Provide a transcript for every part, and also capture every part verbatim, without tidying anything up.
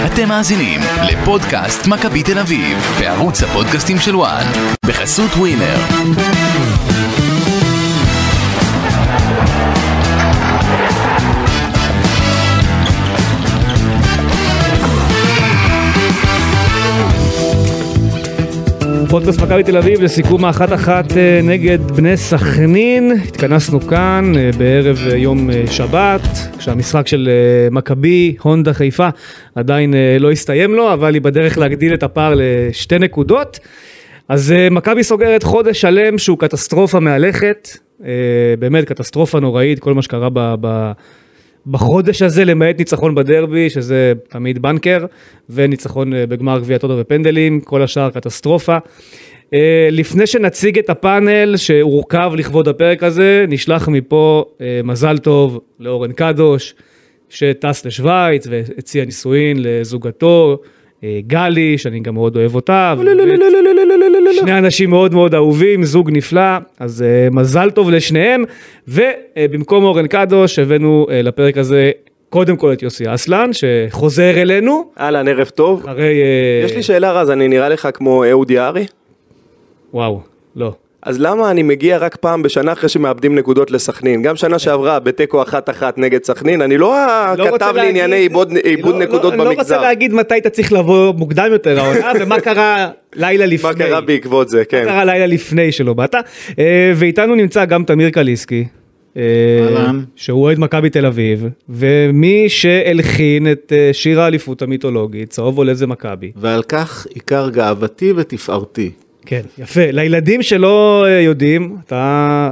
אתם מאזינים לפודקאסט מכבי תל אביב, בערוץ הפודקאסטים של וואן, בחסות ווינר. פודקאסט מכבי תל אביב לסיכום האחת אחת נגד בני סכנין. התכנסנו כאן בערב יום שבת, כשהמשחק של מכבי הונדה חיפה עדיין לא הסתיים לו, אבל היא בדרך להגדיל את הפער לשתי נקודות. אז מכבי סוגרת חודש שלם שהוא קטסטרופה מהלכת, באמת קטסטרופה נוראית, כל מה שקרה ב... ב בחודש הזה, למעט ניצחון בדרבי, שזה תמיד בנקר, וניצחון בגמר גביע הטוטו ופנדלים, כל השאר קטסטרופה. לפני שנציג את הפאנל שהורכב לכבוד הפרק הזה, נשלח מפה מזל טוב לאורן קדוש, שטס לשוויץ והציע נישואין לזוגתו, גלי, שאני גם מאוד אוהב אותה, שני אנשים מאוד מאוד אהובים, זוג נפלא, אז מזל טוב לשניהם, ובמקום אורן קדוש הבאנו לפרק הזה קודם כל את יוסי אסלן, שחוזר אלינו. אהלן, ערב טוב. אחרי... יש לי שאלה רז, אני נראה לך כמו אהודי ארי? וואו, לא. אז למה אני מגיע רק פעם בשנה אחרי שמאבדים נקודות לסכנין? גם שנה שעברה בטקו אחת אחת נגד סכנין, אני לא כתב לענייני איבוד נקודות במגזר. אני לא רוצה להגיד מתי אתה צריך לבוא מוקדם יותר העונה, ומה קרה לילה לפני. מה קרה בעקבות זה, כן. מה קרה לילה לפני שלא באת. ואיתנו נמצא גם תמיר קליסקי, שהוא אוהד מכבי תל אביב, ומי שהלחין את שיר האליפות המיתולוגית, צהוב עולה זה מכבי. ועל כך עיקר גאוותי ותפארתי. כן, יפה. לילדים שלא יודעים, אתה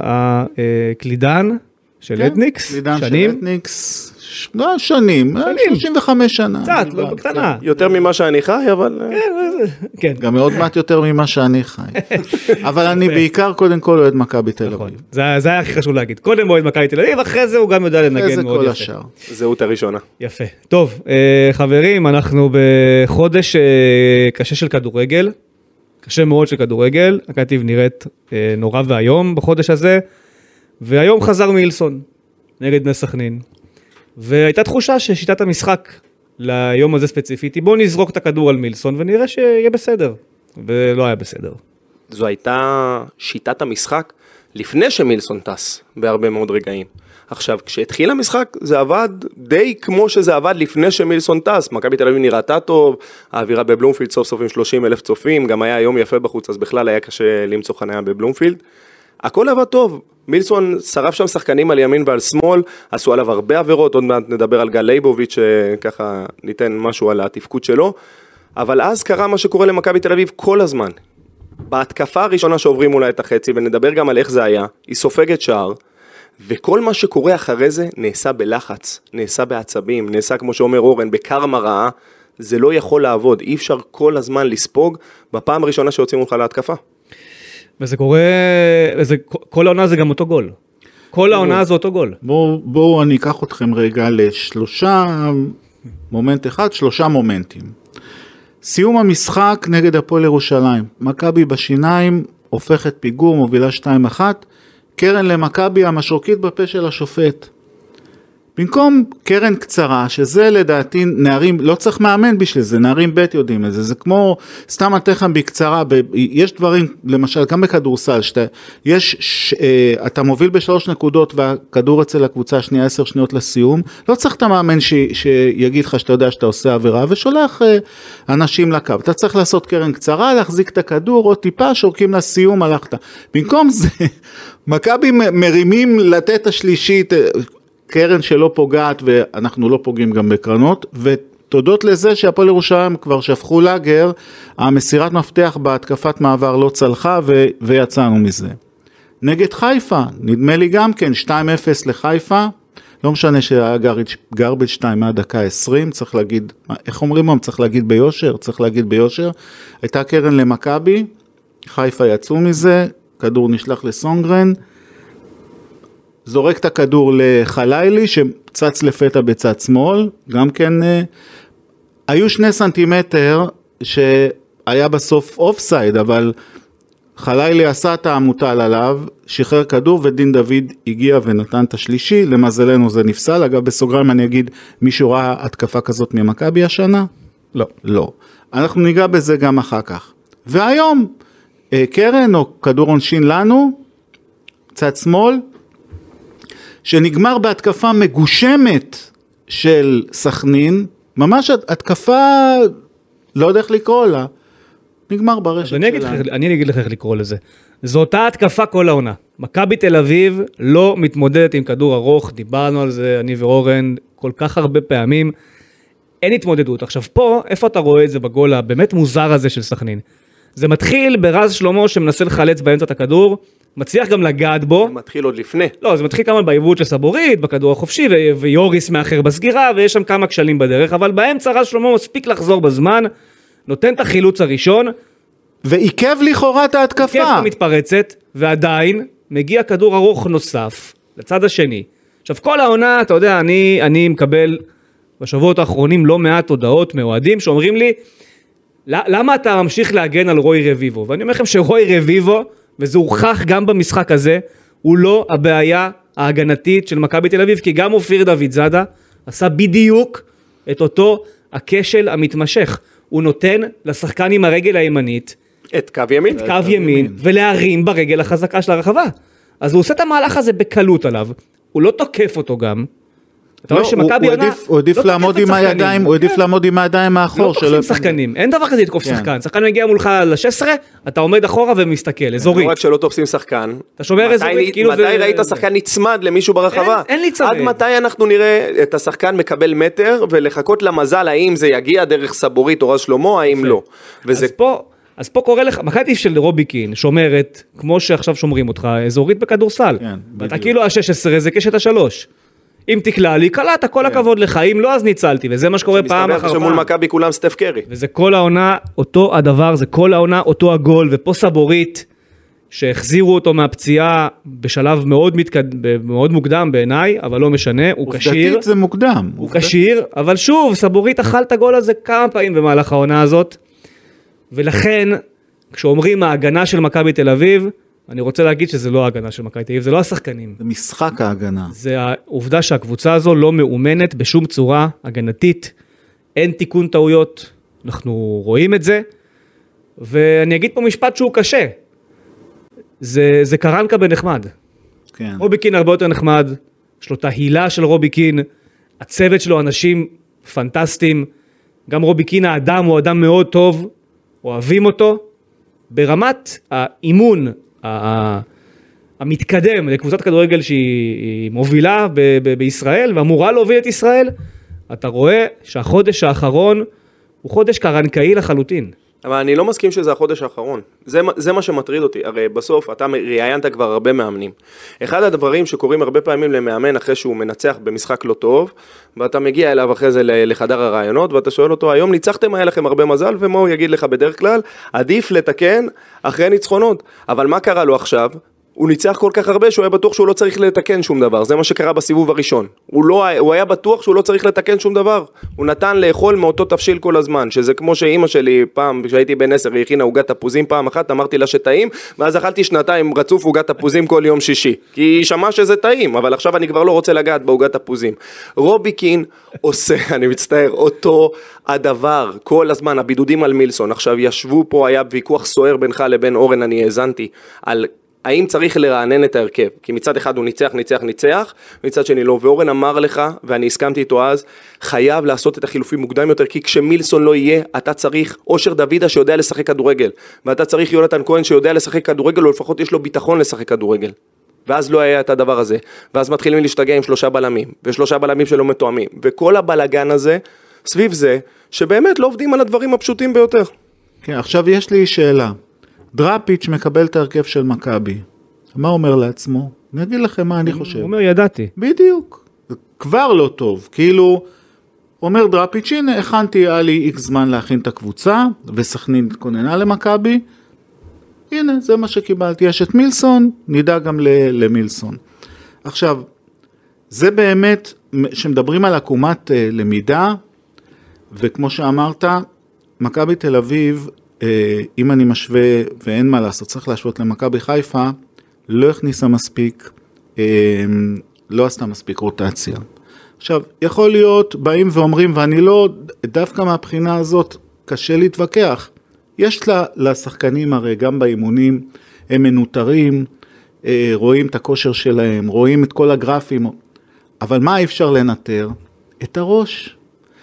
הקלידן של אתניקס, קלידן של אתניקס, לא, שנים, שלושים וחמש שנה. קצת, לא בקטנה. יותר ממה שאני חי, אבל... כן. גם מאוד מעט יותר ממה שאני חי. אבל אני בעיקר קודם כל אוהד מכבי תל אביב. זה היה הכי חשוב להגיד. קודם אוהד מכבי תל אביב, אחרי זה הוא גם יודע לנגן מאוד יפה. כל השאר. זהות הראשונה. יפה. טוב, חברים, אנחנו בחודש קשה של כדורגל. קשה מאוד של כדורגל, הקטיב נראית אה, נורא והיום בחודש הזה, והיום חזר מילסון נגד בני סכנין, והייתה תחושה ששיטת המשחק ליום הזה ספציפית, בוא נזרוק את הכדור על מילסון ונראה שיהיה בסדר, ולא היה בסדר. זו הייתה שיטת המשחק לפני שמילסון טס בהרבה מאוד רגעים. עכשיו, כשהתחיל המשחק, זה עבד די כמו שזה עבד לפני שמילסון טס. מכבי תל אביב נראתה טוב, האווירה בבלומפילד סוף סוף עם שלושים אלף צופים, גם היה יום יפה בחוץ, אז בכלל היה קשה למצוא חניה בבלומפילד. הכל עבד טוב, מילסון שרף שם שחקנים על ימין ועל שמאל, עשו עליו הרבה עבירות, עוד מעט נדבר על גל לייבוביץ' שככה ניתן משהו על התפקוד שלו, אבל אז קרה מה שקורה למכבי תל אביב כל הזמן. בהתקפה הראשונה שעוברים אולי את החצי, ונדבר גם על איך זה היה, היא סופגת שער, וכל מה שקורה אחרי זה נעשה בלחץ, נעשה בעצבים, נעשה כמו שאומר אורן, בקרמה רעה, זה לא יכול לעבוד, אי אפשר כל הזמן לספוג בפעם הראשונה שיוצאים לך להתקפה. וזה קורה, וזה, כל העונה זה גם אותו גול. כל העונה זה אותו גול. בואו, בואו אני אקח אתכם רגע לשלושה, מומנט אחד, שלושה מומנטים. סיום המשחק נגד הפועל ירושלים. מכבי בשיניים, הופכת פיגור, מובילה שתיים אחת, קרן למכבי המשרוקית בפה של השופט. במקום קרן קצרה, שזה לדעתי נערים, לא צריך מאמן בשביל זה, נערים בית יודעים את זה, זה כמו, סתם אתכם בקצרה, ב, יש דברים, למשל, גם בכדורסל, שאתה, יש, ש, אה, אתה מוביל בשלוש נקודות, והכדור אצל הקבוצה השנייה עשר שניות לסיום, לא צריך את המאמן ש, שיגיד לך שאתה יודע שאתה עושה עבירה, ושולח אה, אנשים לקו, אתה צריך לעשות קרן קצרה, להחזיק את הכדור, או טיפה, שורקים לסיום, הלכת. במקום זה, מכבי מרימים לתת השלישית, קרן שלא פוגעת, ואנחנו לא פוגעים גם בקרנות, ותודות לזה שהפועל ירושלים כבר שפכו לגר, המסירת מפתח בהתקפת מעבר לא צלחה, ו- ויצאנו מזה. נגד חיפה, נדמה לי גם כן, שתיים אפס לחיפה, לא משנה שהיה גרבג' שתיים מהדקה עשרים, צריך להגיד, איך אומרים מה? צריך להגיד ביושר, צריך להגיד ביושר, הייתה קרן למכבי, חיפה יצאו מזה, כדור נשלח לסונגרן, זורק את הכדור לחלילי, שצץ לפתע בצד שמאל, גם כן, אה, היו שני סנטימטר, שהיה בסוף אופסייד, אבל חלילי עשה את המוטל עליו, שחרר כדור, ודין דוד הגיע ונתן את השלישי, למזלנו זה נפסל, אגב בסוגריים אני אגיד, מישהו ראה התקפה כזאת ממכבי השנה? לא. לא. אנחנו ניגע בזה גם אחר כך. והיום, קרן או כדור עונשין לנו, צד שמאל, שנגמר בהתקפה מגושמת של סכנין, ממש התקפה, לא יודע איך לקרוא לה, נגמר ברשת שלה. אני אגיד לך איך לקרוא לזה. זו אותה התקפה כל העונה. מכבי תל אביב לא מתמודדת עם כדור ארוך, דיברנו על זה, אני ואורן, כל כך הרבה פעמים, אין התמודדות. עכשיו פה, איפה אתה רואה את זה בגול הבאמת מוזר הזה של סכנין? זה מתחיל ברז שלמה שמנסה לחלץ באמצע את הכדור, מצליח גם לגעת בו. זה מתחיל עוד לפני. לא, זה מתחיל כמה בעיבוד של סבורית, בכדור החופשי, ו- ויוריס מאחר בסגירה, ויש שם כמה כשלים בדרך, אבל באמצע רז שלמה מספיק לחזור בזמן, נותן את החילוץ הראשון, ועיכב לכאורה את ההתקפה. עיכב את המתפרצת, ועדיין מגיע כדור ארוך נוסף, לצד השני. עכשיו כל העונה, אתה יודע, אני, אני מקבל בשבועות האחרונים לא מעט הודעות מאוהדים שאומרים לי, למה אתה ממשיך להגן על רוי רביבו? ואני אומר לכם שרוי רביבו, וזה הוכח גם במשחק הזה, הוא לא הבעיה ההגנתית של מכבי תל אביב, כי גם אופיר דוד זאדה עשה בדיוק את אותו הכשל המתמשך. הוא נותן לשחקן עם הרגל הימנית, את קו ימין. את קו ימין, ולהרים ברגל החזקה של הרחבה. אז הוא עושה את המהלך הזה בקלות עליו, הוא לא תוקף אותו גם, הוא עדיף לעמוד עם הידיים, הוא עדיף לעמוד עם הידיים מאחור. לא תוקפים שחקנים, אין דבר כזה לתקוף שחקן, שחקן מגיע מולך ל-שש עשרה, אתה עומד אחורה ומסתכל, אזורית. לא רק שלא תופסים שחקן, אתה שומר אזורית, מתי ראית שחקן נצמד למישהו ברחבה? אין לי צמד. עד מתי אנחנו נראה את השחקן מקבל מטר, ולחכות למזל האם זה יגיע דרך סבורית או רז שלמה, האם לא. אז פה... אז פה קורא לך, מכבי של רוביקין שומרת, כמו שעכשיו שומרים אותך, אזורית בכדורסל. אתה כאילו ה-שש עשרה זה קשת השלוש. אם תקלה לי, קלעת, כל הכבוד לך, אם לא אז ניצלתי, וזה מה שקורה פעם אחר פעם. שמול מכבי כולם סטף קרי. וזה כל העונה, אותו הדבר, זה כל העונה, אותו הגול, ופה סבורית, שהחזירו אותו מהפציעה בשלב מאוד, מתקד... מאוד מוקדם בעיניי, אבל לא משנה, הוא קשיר. עובדתית זה מוקדם. הוא קשיר, אבל שוב, סבורית אכל את הגול הזה כמה פעמים במהלך העונה הזאת, ולכן, כשאומרים ההגנה של מכבי תל אביב, אני רוצה להגיד שזה לא ההגנה של מכבי תל אביב, זה לא השחקנים. זה משחק ההגנה. זה העובדה שהקבוצה הזו לא מאומנת בשום צורה הגנתית, אין תיקון טעויות, אנחנו רואים את זה, ואני אגיד פה משפט שהוא קשה, זה, זה קרנקה בנחמד. כן. רוביקין הרבה יותר נחמד, יש לו את ההילה של רוביקין, הצוות שלו אנשים פנטסטיים, גם רוביקין האדם הוא אדם מאוד טוב, אוהבים אותו, ברמת האימון המתקדם לקבוצת כדורגל שהיא מובילה ב- ב- בישראל, ואמורה להוביל את ישראל, אתה רואה שהחודש האחרון הוא חודש קרנקאי לחלוטין. אבל אני לא מסכים שזה החודש האחרון. זה, זה מה שמטריד אותי. הרי בסוף אתה ראיינת כבר הרבה מאמנים. אחד הדברים שקורים הרבה פעמים למאמן אחרי שהוא מנצח במשחק לא טוב, ואתה מגיע אליו אחרי זה לחדר הרעיונות, ואתה שואל אותו, היום ניצחתם, היה לכם הרבה מזל, ומה הוא יגיד לך בדרך כלל? עדיף לתקן אחרי ניצחונות. אבל מה קרה לו עכשיו? הוא ניצח כל כך הרבה שהוא היה בטוח שהוא לא צריך לתקן שום דבר, זה מה שקרה בסיבוב הראשון. הוא, לא, הוא היה בטוח שהוא לא צריך לתקן שום דבר, הוא נתן לאכול מאותו תפשיל כל הזמן, שזה כמו שאימא שלי פעם, כשהייתי בן עשר, היא הכינה עוגת תפוזים פעם אחת, אמרתי לה שטעים, ואז אכלתי שנתיים רצוף עוגת תפוזים כל יום שישי, כי היא שמעה שזה טעים, אבל עכשיו אני כבר לא רוצה לגעת בעוגת תפוזים. רוביקין עושה, אני מצטער, אותו הדבר, כל הזמן, הבידודים על מילסון, עכשיו ישבו פה, היה ויכוח סוער בינך לבין אורן, אני האזנתי, על האם צריך לרענן את ההרכב? כי מצד אחד הוא ניצח, ניצח, ניצח, ומצד שני לא. ואורן אמר לך, ואני הסכמתי איתו אז, חייב לעשות את החילופים מוקדם יותר, כי כשמילסון לא יהיה, אתה צריך אושר דוידה שיודע לשחק כדורגל, ואתה צריך יונתן כהן שיודע לשחק כדורגל, או לפחות יש לו ביטחון לשחק כדורגל. ואז לא היה את הדבר הזה. ואז מתחילים להשתגע עם שלושה בלמים, ושלושה בלמים שלא מתואמים. וכל הבלגן הזה, סביב זה, שבאמת לא עובדים על הדברים הפשוטים ביותר. כן, עכשיו יש לי שאלה. דראפיץ' מקבל את ההרכב של מכבי. מה אומר לעצמו? אני אגיד לכם מה אני חושב. הוא אומר, ידעתי. בדיוק. כבר לא טוב. כאילו, אומר דראפיץ', הנה, הכנתי, היה לי איקס זמן להכין את הקבוצה, וסכנין התכוננה למכבי. הנה, זה מה שקיבלתי. יש את מילסון, נדע גם למילסון. עכשיו, זה באמת, שמדברים על עקומת למידה, וכמו שאמרת, מכבי תל אביב, אם אני משווה, ואין מה לעשות, צריך להשוות למכבי חיפה, לא הכניסה מספיק, לא עשתה מספיק רוטציה. עכשיו, יכול להיות, באים ואומרים, ואני לא, דווקא מהבחינה הזאת קשה להתווכח. יש לשחקנים הרי גם באימונים, הם מנותרים, רואים את הכושר שלהם, רואים את כל הגרפים, אבל מה אפשר לנטר? את הראש.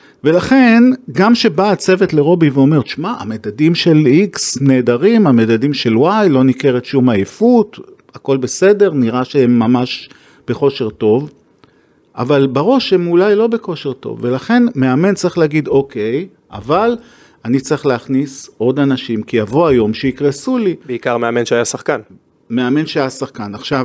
ולכן, גם שבא הצוות לרובי ואומר, שמה, המדדים של X נהדרים, המדדים של Y, לא ניכרת שום עייפות, הכל בסדר, נראה שהם ממש בכושר טוב, אבל בראש הם אולי לא בכושר טוב, ולכן מאמן צריך להגיד, אוקיי, אבל אני צריך להכניס עוד אנשים, כי יבוא היום שיקרסו לי. בעיקר מאמן שהיה שחקן. מאמן שהיה שחקן. עכשיו,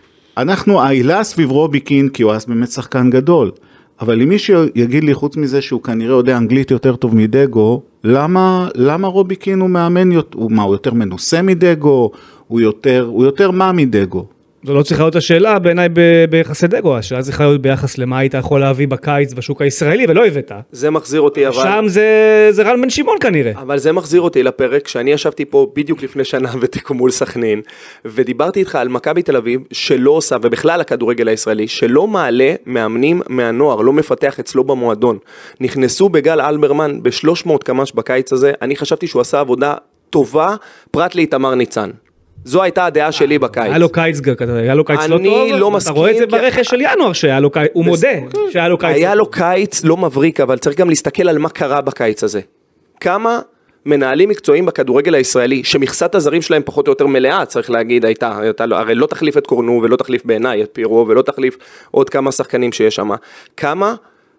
אנחנו, העילה סביב רובי קין, כי הוא היה באמת שחקן גדול, אבל אם מישהו יגיד לי חוץ מזה שהוא כנראה יודע אנגלית יותר טוב מדגו, למה, למה רובי קין הוא מאמן, הוא, מה, הוא יותר מנוסה מדגו, הוא יותר, הוא יותר מה מדגו? זו לא צריכה להיות השאלה בעיניי ביחסי דגו, השאלה צריכה להיות ביחס למה היית יכול להביא בקיץ בשוק הישראלי ולא הבאת. זה מחזיר אותי אבל... שם זה, זה רן בן שמעון כנראה. אבל זה מחזיר אותי לפרק שאני ישבתי פה בדיוק לפני שנה ותיקו מול סכנין, ודיברתי איתך על מכבי תל אביב שלא עושה, ובכלל הכדורגל הישראלי, שלא מעלה מאמנים מהנוער, לא מפתח אצלו במועדון. נכנסו בגל אלברמן ב-שלוש מאות קמ"ש בקיץ הזה, אני חשבתי שהוא עשה עבודה טובה, פרט לאיתמר ניצן. זו הייתה הדעה שלי בקיץ. היה לו קיץ, היה לו קיץ לא טוב, אני לא מסכים. אתה רואה את זה ברכש של ינואר, שהיה לו קיץ, הוא מודה שהיה לו קיץ. היה לו קיץ לא מבריק, אבל צריך גם להסתכל על מה קרה בקיץ הזה. כמה מנהלים מקצועיים בכדורגל הישראלי, שמכסת הזרים שלהם פחות או יותר מלאה, צריך להגיד, הייתה, הרי לא תחליף את קורנו, ולא תחליף בעיניי את פירו, ולא תחליף עוד כמה שחקנים שיש שם. כמה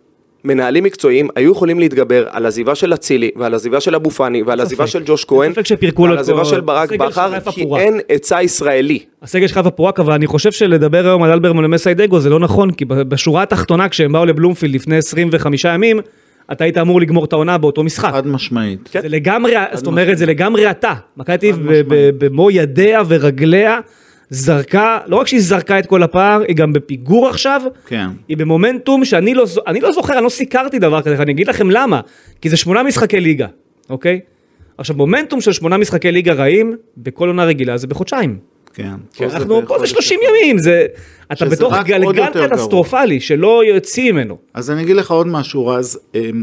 מנהלים מקצועיים היו יכולים להתגבר על עזיבה של אצילי, ועל עזיבה של אבו פאני, ועל עזיבה של ג'וש כהן, ועל עזיבה של ברק בכר, כי אין עצה ישראלי. הסגל שלך ופורק, אבל אני חושב שלדבר היום על אלברמן ומסיידגו זה לא נכון, כי בשורה התחתונה כשהם באו לבלומפילד לפני עשרים וחמישה ימים, אתה היית אמור לגמור את העונה באותו משחק. חד משמעית. זה לגמרי, זאת אומרת, זה לגמרי אתה. מכבי תל אביב במו ידיה ורגליה, זרקה, לא רק שהיא זרקה את כל הפער, היא גם בפיגור עכשיו, כן. היא במומנטום שאני לא, אני לא זוכר, אני לא סיקרתי דבר כזה, אני אגיד לכם למה, כי זה שמונה משחקי ליגה, אוקיי? עכשיו, מומנטום של שמונה משחקי ליגה רעים, בכל עונה רגילה זה בחודשיים. כן. אנחנו, פה זה שלושים ימים, זה, אתה בתוך גלגל קטסטרופלי, שלא יוצאים ממנו. אז אני אגיד לך עוד משהו, רז,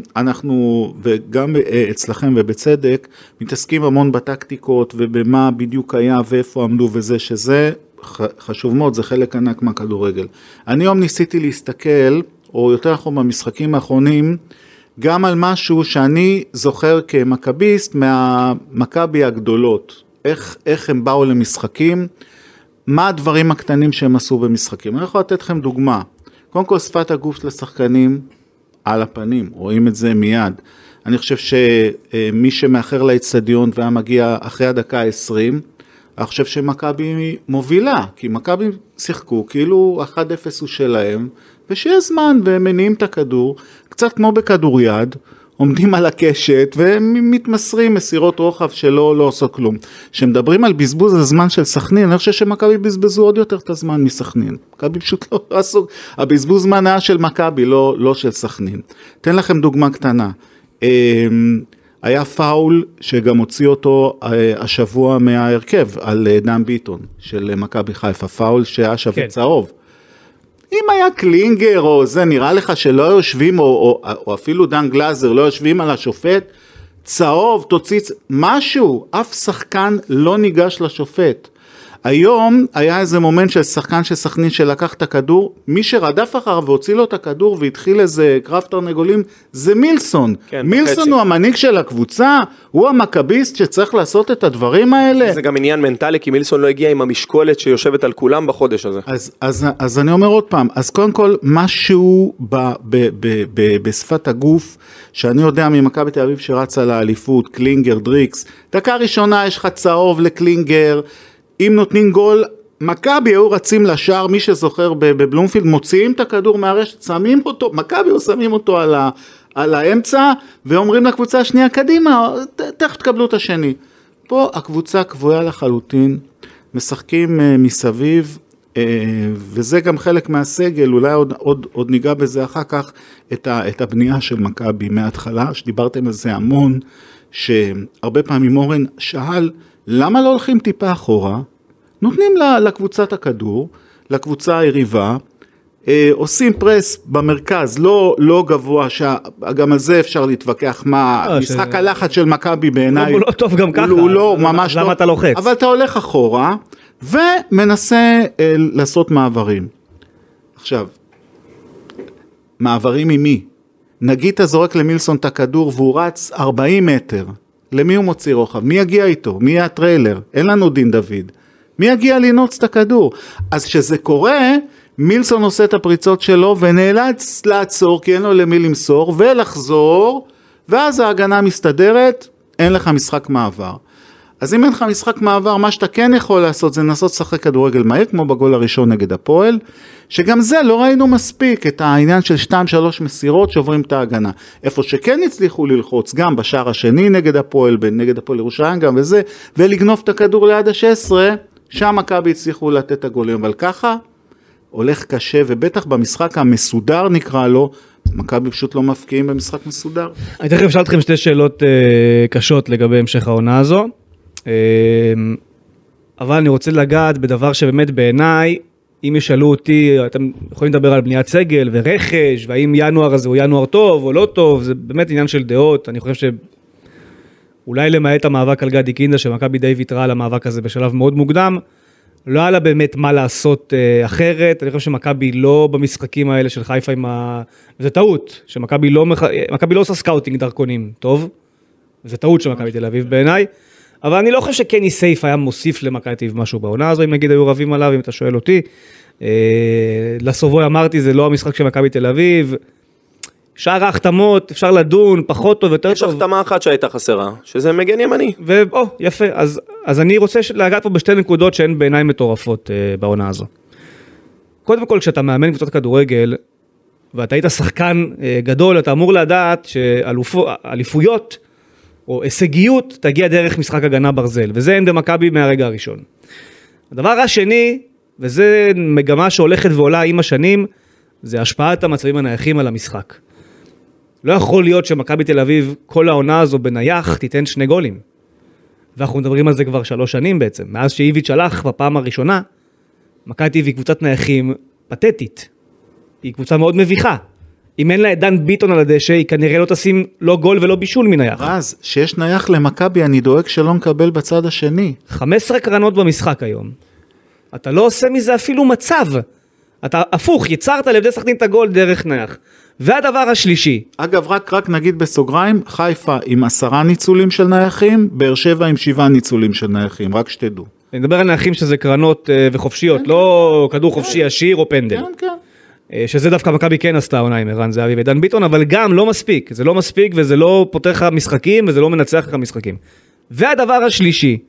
אנחנו, וגם אצלכם ובצדק, מתעסקים המון בטקטיקות, ובמה בדיוק היה, ואיפה עמדו וזה, שזה חשוב מאוד, זה חלק ענק מהכדורגל. אני היום ניסיתי להסתכל, או יותר נכון במשחקים האחרונים, גם על משהו שאני זוכר כמכביסט, מהמכבי הגדולות. איך, איך הם באו למשחקים, מה הדברים הקטנים שהם עשו במשחקים. אני יכול לתת לכם דוגמה. קודם כל, שפת הגוף של השחקנים על הפנים, רואים את זה מיד. אני חושב שמי שמאחר לאצטדיון והיה מגיע אחרי הדקה ה-עשרים, אני חושב שמכבי מובילה, כי מכבי שיחקו, כאילו אחד אפס הוא שלהם, ושיש זמן והם מניעים את הכדור, קצת כמו בכדור יד, עומדים על הקשת ומתמסרים מסירות רוחב שלא לא עושות כלום. כשמדברים על בזבוז הזמן של סכנין, אני חושב שמכבי בזבזו עוד יותר את הזמן מסכנין. מכבי פשוט לא עשו, הבזבוז זמן היה של מכבי, לא, לא של סכנין. תן לכם דוגמה קטנה. היה פאול שגם הוציא אותו השבוע מההרכב על דן ביטון של מכבי חיפה, פאול שהיה שווה כן. צהוב. אם היה קלינגר או זה, נראה לך שלא יושבים, או, או, או אפילו דן גלזר, לא יושבים על השופט, צהוב, תוציץ, משהו, אף שחקן לא ניגש לשופט. היום היה איזה מומנט של שחקן של סכנין שלקח את הכדור, מי שרדף אחריו והוציא לו את הכדור והתחיל איזה קרב תרנגולים, זה מילסון. כן, מילסון בחצי. הוא המנהיג של הקבוצה, הוא המכביסט שצריך לעשות את הדברים האלה. זה גם עניין מנטלי, כי מילסון לא הגיע עם המשקולת שיושבת על כולם בחודש הזה. אז, אז, אז אני אומר עוד פעם, אז קודם כל משהו ב, ב, ב, ב, בשפת הגוף, שאני יודע ממכבי תל אביב שרצה לאליפות, קלינגר, דריקס, דקה ראשונה יש לך צהוב לקלינגר, אם נותנים גול, מכבי היו רצים לשער, מי שזוכר בבלומפילד, מוציאים את הכדור מהרשת, שמים אותו, מכבי או שמים אותו על, ה, על האמצע, ואומרים לקבוצה השנייה, קדימה, תכף תקבלו את השני. פה הקבוצה קבועה לחלוטין, משחקים מסביב, וזה גם חלק מהסגל, אולי עוד, עוד, עוד ניגע בזה אחר כך, את, ה, את הבנייה של מכבי מההתחלה, שדיברתם על זה המון, שהרבה פעמים אורן שאל, למה לא הולכים טיפה אחורה? נותנים לקבוצת הכדור, לקבוצה היריבה, אה, עושים פרס במרכז, לא, לא גבוה, שגם על זה אפשר להתווכח מה, לא, משחק ש... הלחץ של מכבי בעיניי, הוא לא טוב גם ככה, הוא לא ממש למה טוב, אתה לוחץ? אבל אתה הולך אחורה, ומנסה אה, לעשות מעברים. עכשיו, מעברים עם מי? נגיד אתה זורק למילסון את הכדור והוא רץ ארבעים מטר, למי הוא מוציא רוחב? מי יגיע איתו? מי יהיה הטריילר? אין לנו דין דוד. מי יגיע לנוץ את הכדור? אז כשזה קורה, מילסון עושה את הפריצות שלו ונאלץ לעצור כי אין לו למי למסור ולחזור, ואז ההגנה מסתדרת, אין לך משחק מעבר. אז אם אין לך משחק מעבר, מה שאתה כן יכול לעשות זה לנסות לשחק כדורגל מהיר, כמו בגול הראשון נגד הפועל, שגם זה לא ראינו מספיק, את העניין של שתיים שלוש מסירות שעוברים את ההגנה. איפה שכן הצליחו ללחוץ, גם בשער השני נגד הפועל, נגד הפועל ירושלים גם וזה, ולגנוב את הכדור ליד ה-שש עשרה, שם מכבי הצליחו לתת את הגולים, אבל ככה הולך קשה, ובטח במשחק המסודר נקרא לו, מכבי פשוט לא מפקיעים במשחק מסודר. אני תכף אשאל אתכם שתי שאלות אה, קשות לגבי המשך העונה הזו, אה, אבל אני רוצה לגעת בדבר שבאמת בעיניי, אם ישאלו אותי, אתם יכולים לדבר על בניית סגל ורכש, והאם ינואר הזה הוא ינואר טוב או לא טוב, זה באמת עניין של דעות, אני חושב שאולי למעט המאבק על גדי קינדה, שמכבי די ויתרה על המאבק הזה בשלב מאוד מוקדם, לא היה לה באמת מה לעשות אה, אחרת, אני חושב שמכבי לא במשחקים האלה של חיפה עם ה... זה טעות, שמכבי לא, מח... מכבי לא עושה סקאוטינג דרכונים, טוב? זה טעות של מכבי תל אביב בעיניי, אבל אני לא חושב שקני סייף היה מוסיף למכבי תל אביב משהו בעונה הזו, אם נגיד היו רבים עליו, אם אתה שואל אותי. אה, לסובוי אמרתי, זה לא המשחק של מכבי תל אביב, שאר ההחתמות, אפשר לדון, פחות טוב, יותר יש טוב. יש החתמה אחת שהייתה חסרה, שזה מגן ימני. ואו, יפה, אז, אז אני רוצה להגעת פה בשתי נקודות שהן בעיניי מטורפות אה, בעונה הזו. קודם כל, כשאתה מאמן קבוצת כדורגל, ואתה היית שחקן אה, גדול, אתה אמור לדעת שאליפויות, או הישגיות, תגיע דרך משחק הגנה ברזל, וזה אין במכבי מהרגע הראשון. הדבר השני, וזה מגמה שהולכת ועולה עם השנים, זה השפעת המצבים הנייחים על המשחק. לא יכול להיות שמכבי תל אביב, כל העונה הזו בנייח, תיתן שני גולים. ואנחנו מדברים על זה כבר שלוש שנים בעצם. מאז שאיביץ' הלך בפעם הראשונה, מכבי תל אביב היא קבוצת נייחים פתטית. היא קבוצה מאוד מביכה. אם אין לה את דן ביטון על הדשא, היא כנראה לא תשים לא גול ולא בישול מנייח. אז, שיש נייח למכבי, אני דואג שלא נקבל בצד השני. חמש עשרה קרנות במשחק היום. אתה לא עושה מזה אפילו מצב. אתה הפוך, יצרת לבדי סכנין את הגול דרך נייח. והדבר השלישי. אגב, רק, רק נגיד בסוגריים, חיפה עם עשרה ניצולים של נייחים, באר שבע עם שבעה ניצולים של נייחים, רק שתדעו. אני מדבר על נייחים שזה קרנות uh, וחופשיות, כן, לא כן. כדור כן. חופשי ישיר או פנדל. כן, כן. Uh, שזה דווקא מכבי כן עשתה עונה עם ערן זהבי ודן ביטון, אבל גם לא מספיק. זה לא מספיק וזה לא פותח לך משחקים וזה לא מנצח לך משחקים. והדבר השלישי,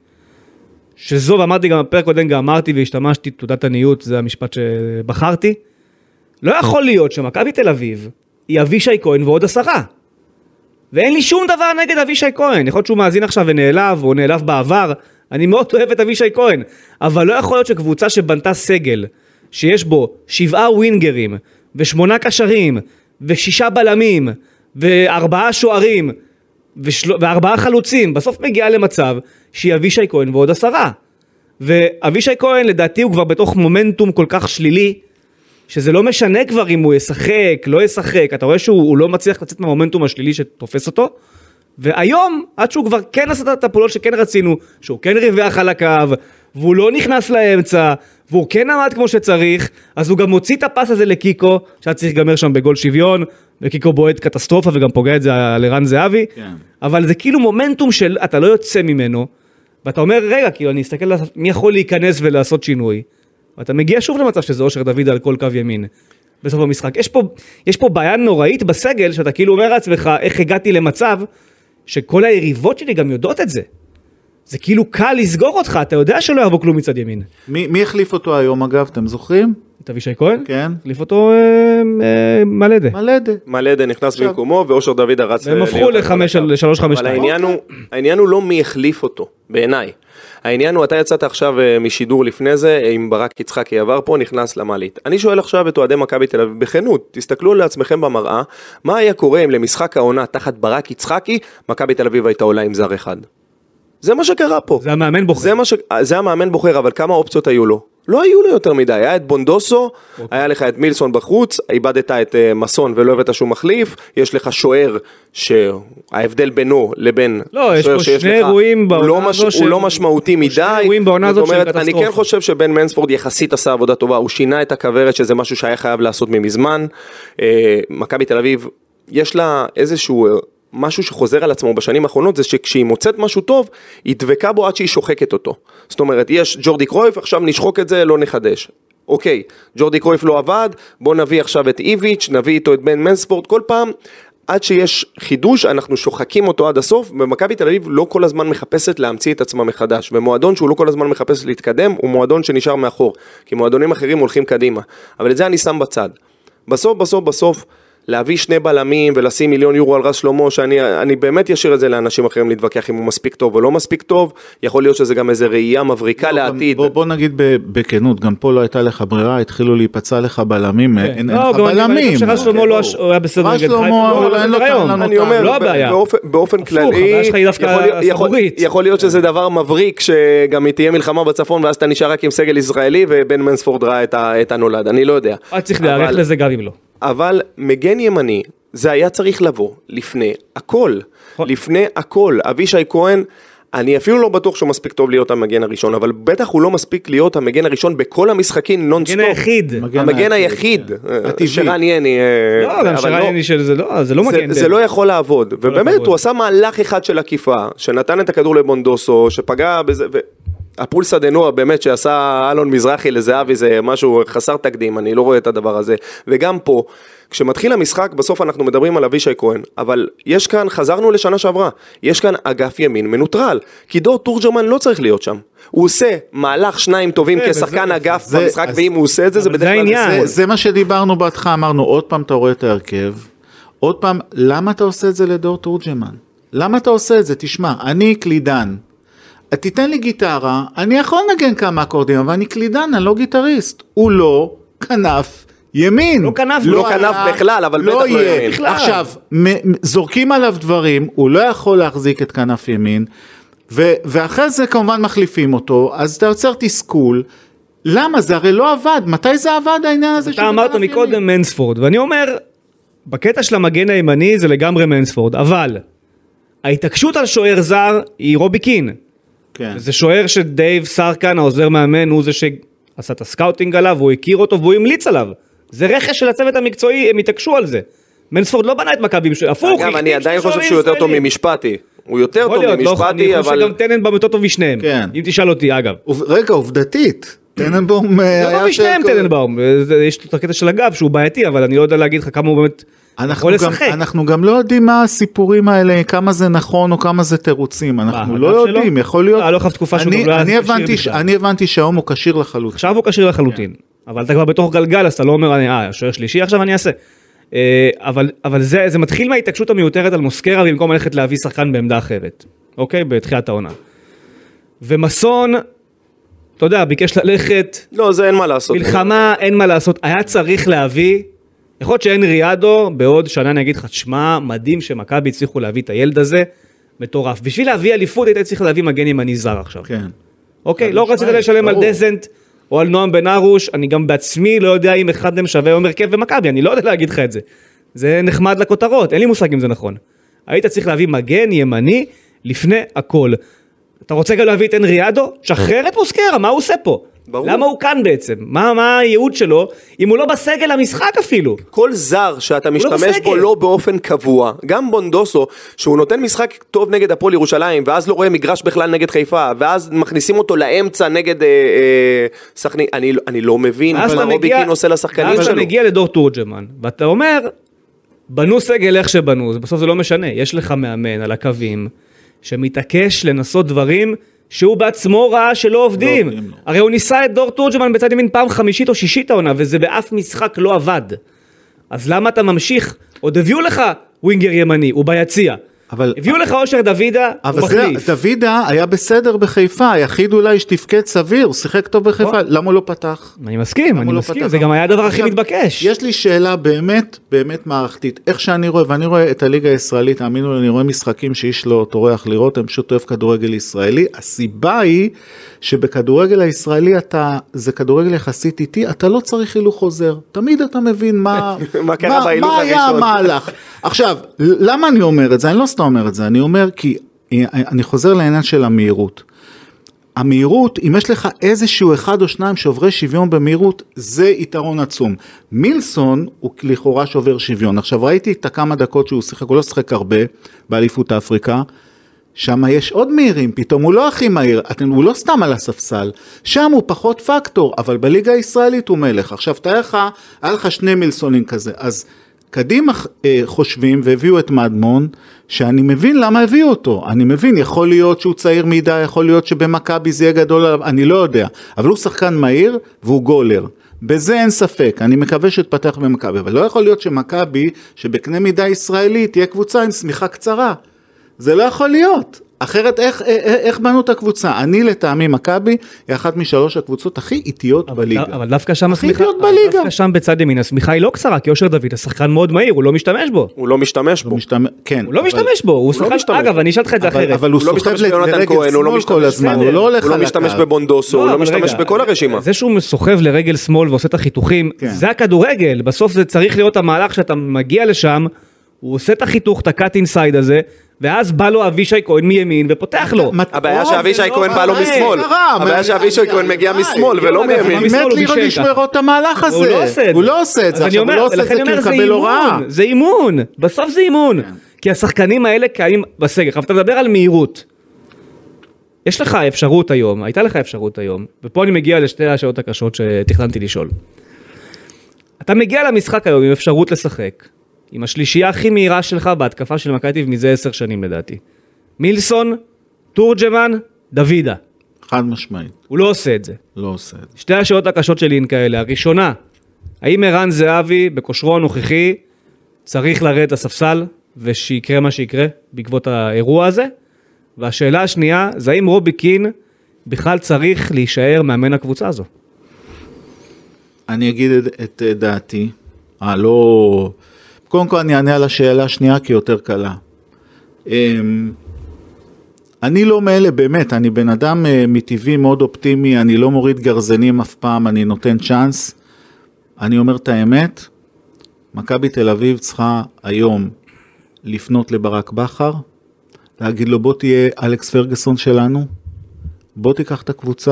שזו, ואמרתי גם בפרק קודם, גם אמרתי והשתמשתי, תעודת עניות, זה המשפט שבחרתי, לא יכול להיות שמכבי תל אביב היא אבישי כהן ועוד עשרה. ואין לי שום דבר נגד אבישי כהן. יכול להיות שהוא מאזין עכשיו ונעלב, או נעלב בעבר. אני מאוד אוהב את אבישי כהן. אבל לא יכול להיות שקבוצה שבנתה סגל, שיש בו שבעה ווינגרים, ושמונה קשרים, ושישה בלמים, וארבעה שוערים, ושל... וארבעה חלוצים, בסוף מגיעה למצב שהיא אבישי כהן ועוד עשרה. ואבישי כהן לדעתי הוא כבר בתוך מומנטום כל כך שלילי, שזה לא משנה כבר אם הוא ישחק, לא ישחק, אתה רואה שהוא לא מצליח לצאת מהמומנטום השלילי שתופס אותו, והיום, עד שהוא כבר כן עשה את הפעולות שכן רצינו, שהוא כן ריווח על הקו, והוא לא נכנס לאמצע, והוא כן עמד כמו שצריך, אז הוא גם מוציא את הפס הזה לקיקו, שהיה צריך לגמר שם בגול שוויון, וקיקו בועט קטסטרופה, וגם פוגע את זה על ערן זהבי, כן. אבל זה כאילו מומנטום של, אתה לא יוצא ממנו, ואתה אומר, רגע, כאילו אני אסתכל מי יכול להיכנס ולעשות שינוי, ואתה מגיע שוב למצב שזה אושר דוד על כל קו ימין, בסוף המשחק. יש פה, יש פה בעיה נוראית בסגל, שאתה כאילו אומר לעצמך, איך הגעתי למצב, שכל היריבות שלי גם יודעות את זה. זה כאילו קל לסגור אותך, אתה יודע שלא יבוא כלום מצד ימין. מי, מי החליף אותו היום אגב, אתם זוכרים? את אבישי כהן? כן. החליף אותו אה, אה, מלדה. מלדה. מלדה נכנס במקומו, ואושר דוד הרץ. והם הפכו לשלוש חמש. אבל העניין הוא, העניין הוא לא מי החליף אותו, בעיניי. העניין הוא, אתה יצאת עכשיו משידור לפני זה, עם ברק יצחקי עבר פה, נכנס למעלית. אני שואל עכשיו את אוהדי מכבי תל אביב, בכנות, תסתכלו לעצמכם במראה, מה היה קורה אם למשחק העונה תחת ברק יצחקי, מכבי תל אביב הייתה עולה עם זר אחד. זה מה שקרה פה. זה המאמן בוחר. זה, ש... זה המאמן בוחר, אבל כמה אופציות היו לו? לא היו לו יותר מדי, היה את בונדוסו, okay. היה לך את מילסון בחוץ, איבדת את uh, מסון ולא הבאת שום מחליף, יש לך שוער שההבדל בינו לבין לא, יש פה שני אירועים בעונה לא הזו, מש... הוא לא משמעותי מדי, שני אירועים בעונה הזו של קטסטרופה. אני כן חושב שבן מנספורד יחסית עשה עבודה טובה, הוא שינה את הכוורת שזה משהו שהיה חייב לעשות ממזמן, uh, מכבי תל אביב, יש לה איזשהו... משהו שחוזר על עצמו בשנים האחרונות, זה שכשהיא מוצאת משהו טוב, היא דבקה בו עד שהיא שוחקת אותו. זאת אומרת, יש ג'ורדי קרויף, עכשיו נשחוק את זה, לא נחדש. אוקיי, ג'ורדי קרויף לא עבד, בוא נביא עכשיו את איביץ', נביא איתו את בן מנספורד, כל פעם, עד שיש חידוש, אנחנו שוחקים אותו עד הסוף, ומכבי תל אביב לא כל הזמן מחפשת להמציא את עצמה מחדש, ומועדון שהוא לא כל הזמן מחפש להתקדם, הוא מועדון שנשאר מאחור, כי מועדונים אחרים הולכים קדימה. אבל את זה אני שם בצד. בסוף, בסוף, בסוף, להביא שני בלמים ולשים מיליון יורו על רז שלמה, שאני אני באמת ישאיר את זה לאנשים אחרים להתווכח אם הוא מספיק טוב או לא מספיק טוב, יכול להיות שזה גם איזה ראייה מבריקה לא, לעתיד. בוא, בוא נגיד בכנות, גם פה לא הייתה לך ברירה, התחילו להיפצע לך בלמים, אין, אין לא, לך בלמים. אני חושב שרז שלמה לא היה בסדר נגד חיפה, אני אומר, באופן כללי, יכול להיות שזה דבר מבריק, שגם היא תהיה מלחמה בצפון, ואז אתה נשאר רק עם סגל ישראלי, ובן מנספורד ראה את הנולד, אני לא יודע. צריך להערך לזה גם אם לא. אבל מגן ימני, זה היה צריך לבוא לפני הכל, לפני הכל. אבישי כהן, אני אפילו לא בטוח שהוא מספיק טוב להיות המגן הראשון, אבל בטח הוא לא מספיק להיות המגן הראשון בכל המשחקים נונסטופ. המגן היחיד. המגן היחיד. שרן יני. לא, גם שרן יני שזה לא, זה לא מגן. זה לא יכול לעבוד. ובאמת, הוא עשה מהלך אחד של עקיפה, שנתן את הכדור לבונדוסו, שפגע בזה, הפולס הדנוע באמת שעשה אלון מזרחי לזהבי זה משהו חסר תקדים, אני לא רואה את הדבר הזה. וגם פה, כשמתחיל המשחק, בסוף אנחנו מדברים על אבישי כהן, אבל יש כאן, חזרנו לשנה שעברה, יש כאן אגף ימין מנוטרל, כי דור תורג'מן לא צריך להיות שם. הוא עושה מהלך שניים טובים כשחקן אגף במשחק, ואם הוא עושה את זה, זה בדרך כלל... זה מה שדיברנו בהתחלה, אמרנו, עוד פעם אתה רואה את ההרכב, עוד פעם, למה אתה עושה את זה לדור תורג'מן? למה אתה עושה את זה? תשמע, אני קלידן. תיתן לי גיטרה, אני יכול לנגן כמה אקורדים, אבל אני קלידן, אני לא גיטריסט. הוא לא כנף ימין. לא כנף, לא כנף בכלל, אבל בטח לא ימין. עכשיו, זורקים עליו דברים, הוא לא יכול להחזיק את כנף ימין, ואחרי זה כמובן מחליפים אותו, אז אתה יוצר תסכול. למה? זה הרי לא עבד. מתי זה עבד העניין הזה? אתה אמרת מקודם מנספורד, ואני אומר, בקטע של המגן הימני זה לגמרי מנספורד, אבל ההתעקשות על שוער זר היא רובי קין. כן. זה שוער שדייב סרקן, העוזר מאמן, הוא זה שעשה את הסקאוטינג עליו, הוא הכיר אותו והוא המליץ עליו. זה רכש של הצוות המקצועי, הם התעקשו על זה. מנספורד לא בנה את מכבי, הפוך. אגב, אני עדיין חושב שהוא יותר טוב ממשפטי. הוא יותר טוב ממשפטי, אבל... אני חושב שגם טננבאום יותר טוב משניהם. כן. אם תשאל אותי, אגב. רגע, עובדתית. טננבאום היה... לא משניהם טננבאום. יש את הקטע של הגב שהוא בעייתי, אבל אני לא יודע להגיד לך כמה הוא באמת... אנחנו גם, אנחנו גם לא יודעים מה הסיפורים האלה, כמה זה נכון או כמה זה תירוצים, אנחנו לא יודעים, יכול להיות... אני הבנתי שהיום הוא קשיר לחלוטין. עכשיו הוא קשיר לחלוטין, אבל אתה כבר בתוך גלגל, אז אתה לא אומר, אה, שוער שלישי, עכשיו אני אעשה. אבל זה מתחיל מההתעקשות המיותרת על מוסקרה, במקום ללכת להביא שחקן בעמדה אחרת, אוקיי? בתחילת העונה. ומסון, אתה יודע, ביקש ללכת... לא, זה אין מה לעשות. מלחמה, אין מה לעשות. היה צריך להביא... יכול להיות שאין ריאדו, בעוד שנה אני אגיד לך, תשמע, מדהים שמכבי הצליחו להביא את הילד הזה, מטורף. בשביל להביא אליפות, הייתה צריך להביא מגן ימני זר עכשיו. כן. אוקיי, לא רצית לשלם על דזנט, או על נועם בן ארוש, אני גם בעצמי לא יודע אם אחד מהם שווה או מרכב ומכבי, אני לא יודע להגיד לך את זה. זה נחמד לכותרות, אין לי מושג אם זה נכון. היית צריך להביא מגן ימני לפני הכל. אתה רוצה גם להביא את אין ריאדו? שחרר את מוסקרה, מה הוא עושה פה? ברור. למה הוא כאן בעצם? מה, מה הייעוד שלו, אם הוא לא בסגל המשחק אפילו? כל זר שאתה משתמש לא בו לא באופן קבוע, גם בונדוסו, שהוא נותן משחק טוב נגד הפועל ירושלים, ואז לא רואה מגרש בכלל נגד חיפה, ואז מכניסים אותו לאמצע נגד אה, אה, סכנין, אני, אני לא מבין מה רובי קין עושה לשחקנים שלו. אז אתה מגיע לדור תורג'מן, ואתה אומר, בנו סגל איך שבנו, בסוף זה לא משנה, יש לך מאמן על הקווים, שמתעקש לנסות דברים, שהוא בעצמו ראה שלא עובדים. הרי הוא ניסה את דור תורג'מן בצד ימין פעם חמישית או שישית העונה, וזה באף משחק לא עבד. אז למה אתה ממשיך? עוד הביאו לך ווינגר ימני, הוא ביציע. אבל... הביאו לך אושר דוידה, הוא מחליף. דוידה היה בסדר בחיפה, היחיד אולי שתפקד סביר, הוא שיחק טוב בחיפה, למה הוא לא פתח? אני מסכים, אני מסכים, זה גם היה הדבר הכי מתבקש. יש לי שאלה באמת, באמת מערכתית, איך שאני רואה, ואני רואה את הליגה הישראלית, תאמינו לי, אני רואה משחקים שאיש לא טורח לראות, אני פשוט אוהב כדורגל ישראלי, הסיבה היא שבכדורגל הישראלי אתה, זה כדורגל יחסית איטי, אתה לא צריך הילוך חוזר, תמיד אתה מבין מה, מה קרה בהילוך מה היה הראשון. המהלך. עכשיו, למה אני אומר את זה? אני לא סתם אומר את זה, אני אומר כי אני חוזר לעניין של המהירות. המהירות, אם יש לך איזשהו אחד או שניים שעוברי שוויון במהירות, זה יתרון עצום. מילסון הוא לכאורה שעובר שוויון. עכשיו ראיתי את הכמה דקות שהוא שיחק, הוא לא שיחק הרבה באליפות אפריקה, שם יש עוד מהירים, פתאום הוא לא הכי מהיר, הוא לא סתם על הספסל, שם הוא פחות פקטור, אבל בליגה הישראלית הוא מלך. עכשיו תהיה לך, היה לך שני מילסונים כזה, אז קדימה חושבים והביאו את מדמון, שאני מבין למה הביאו אותו, אני מבין, יכול להיות שהוא צעיר מידה, יכול להיות שבמכבי זה יהיה גדול עליו, אני לא יודע, אבל הוא שחקן מהיר והוא גולר, בזה אין ספק, אני מקווה שתפתח במכבי, אבל לא יכול להיות שמכבי, שבקנה מידה ישראלית, תהיה קבוצה עם סמיכה קצרה, זה לא יכול להיות. אחרת איך, איך בנו את הקבוצה? אני לטעמי מכבי היא אחת משלוש הקבוצות הכי איטיות בליגה. אבל דווקא שם הסמיכה, דווקא שם בצד ימין, הסמיכה היא לא קצרה, כי אושר דוד, השחקן מאוד מהיר, הוא לא משתמש בו. הוא לא משתמש בו. כן. הוא לא משתמש בו, הוא שחקן, אגב, אני אשאל לך את זה אחרת. אבל הוא סוחב לרגל שמאל כל הזמן, הוא לא הולך על הקו. הוא לא משתמש בבונדוסו, הוא לא משתמש בכל הרשימה. זה שהוא סוחב לרגל שמאל ועושה את החיתוכים, זה הכדורגל, בסוף זה צריך להיות המהלך שאתה מגיע לשם, הוא עושה את החיתוך, את הקאט אינסייד הזה, ואז בא לו אבישי כהן מימין ופותח לו. הבעיה שאבישי כהן בא לו משמאל. הבעיה שאבישי כהן מגיע משמאל ולא מימין. מת לראות לשמור את המהלך הזה. הוא לא עושה את זה. עכשיו הוא לא עושה את זה כי הוא מקבל הוראה. זה אימון. בסוף זה אימון. כי השחקנים האלה קיים בסגל. אבל אתה מדבר על מהירות. יש לך אפשרות היום, הייתה לך אפשרות היום, ופה אני מגיע לשתי השאלות הקשות שתכננתי לשאול. אתה מגיע למשחק היום עם אפשרות לשחק. עם השלישייה הכי מהירה שלך בהתקפה של מכבי מזה עשר שנים לדעתי. מילסון, תורג'מן, דוידה. חד משמעית. הוא לא עושה את זה. לא עושה את זה. שתי השאלות הקשות שלי הן כאלה. הראשונה, האם ערן זהבי בכושרו הנוכחי צריך לרדת הספסל ושיקרה מה שיקרה בעקבות האירוע הזה? והשאלה השנייה, זה האם רובי קין בכלל צריך להישאר מאמן הקבוצה הזו? אני אגיד את דעתי. אה, לא... קודם כל אני אענה על השאלה השנייה כי יותר קלה. אני לא מאלה באמת, אני בן אדם מטבעי מאוד אופטימי, אני לא מוריד גרזנים אף פעם, אני נותן צ'אנס. אני אומר את האמת, מכבי תל אביב צריכה היום לפנות לברק בכר, להגיד לו בוא תהיה אלכס פרגוסון שלנו, בוא תיקח את הקבוצה,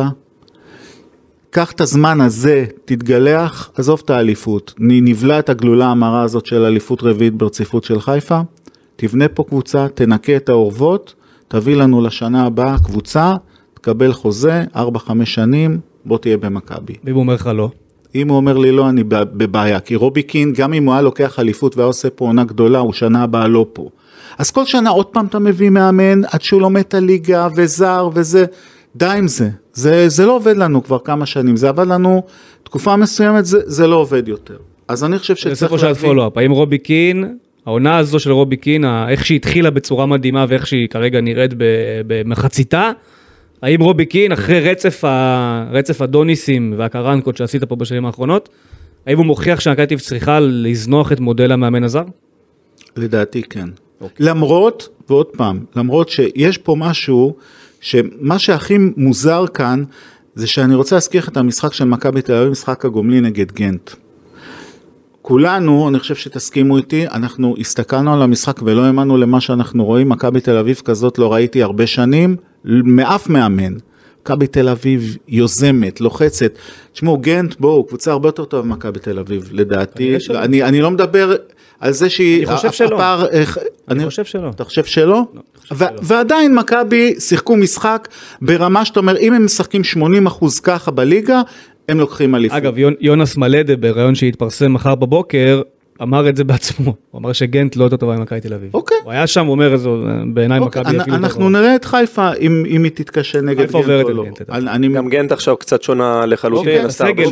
קח את הזמן הזה, תתגלח, עזוב את האליפות, נבלה את הגלולה המרה הזאת של אליפות רביעית ברציפות של חיפה, תבנה פה קבוצה, תנקה את האורבות, תביא לנו לשנה הבאה קבוצה, תקבל חוזה, ארבע חמש שנים, בוא תהיה במכבי. ואם הוא אומר לך לא? אם הוא אומר לי לא, אני בבעיה, כי רובי קין, גם אם הוא היה לוקח אליפות והיה עושה פה עונה גדולה, הוא שנה הבאה לא פה. אז כל שנה עוד פעם אתה מביא מאמן, עד שהוא לומד את הליגה וזר וזה, די עם זה. זה, זה לא עובד לנו כבר כמה שנים, זה עבד לנו תקופה מסוימת, זה, זה לא עובד יותר. אז אני חושב שצריך להבין... האם רובי קין, העונה הזו של רובי קין, איך שהיא התחילה בצורה מדהימה ואיך שהיא כרגע נראית במחציתה, האם רובי קין, אחרי רצף, ה... רצף הדוניסים והקרנקות שעשית פה בשנים האחרונות, האם הוא מוכיח שהמכבי צריכה לזנוח את מודל המאמן הזר? לדעתי כן. אוקיי. למרות, ועוד פעם, למרות שיש פה משהו, שמה שהכי מוזר כאן, זה שאני רוצה להזכיר את המשחק של מכבי תל אביב, משחק הגומלין נגד גנט. כולנו, אני חושב שתסכימו איתי, אנחנו הסתכלנו על המשחק ולא האמנו למה שאנחנו רואים, מכבי תל אביב כזאת לא ראיתי הרבה שנים, מאף מאמן. מכבי תל אביב יוזמת, לוחצת. תשמעו, גנט, בואו, קבוצה הרבה יותר טובה מכבי תל אביב, לדעתי. אני, אני לא מדבר על זה שהיא... אני חושב שלא. הפער, אני חושב שלא. אתה חושב שלא? ועדיין מכבי שיחקו משחק ברמה שאתה אומר, אם הם משחקים שמונים אחוז ככה בליגה, הם לוקחים אליפות. אגב, יונס מלדה, ברעיון שהתפרסם מחר בבוקר, אמר את זה בעצמו. הוא אמר שגנט לא יותר טובה עם מכבי תל אביב. אוקיי. הוא היה שם, הוא אומר, בעיניי מכבי... אנחנו נראה את חיפה, אם היא תתקשה נגד גנט או לא. גם גנט עכשיו קצת שונה לחלוטין.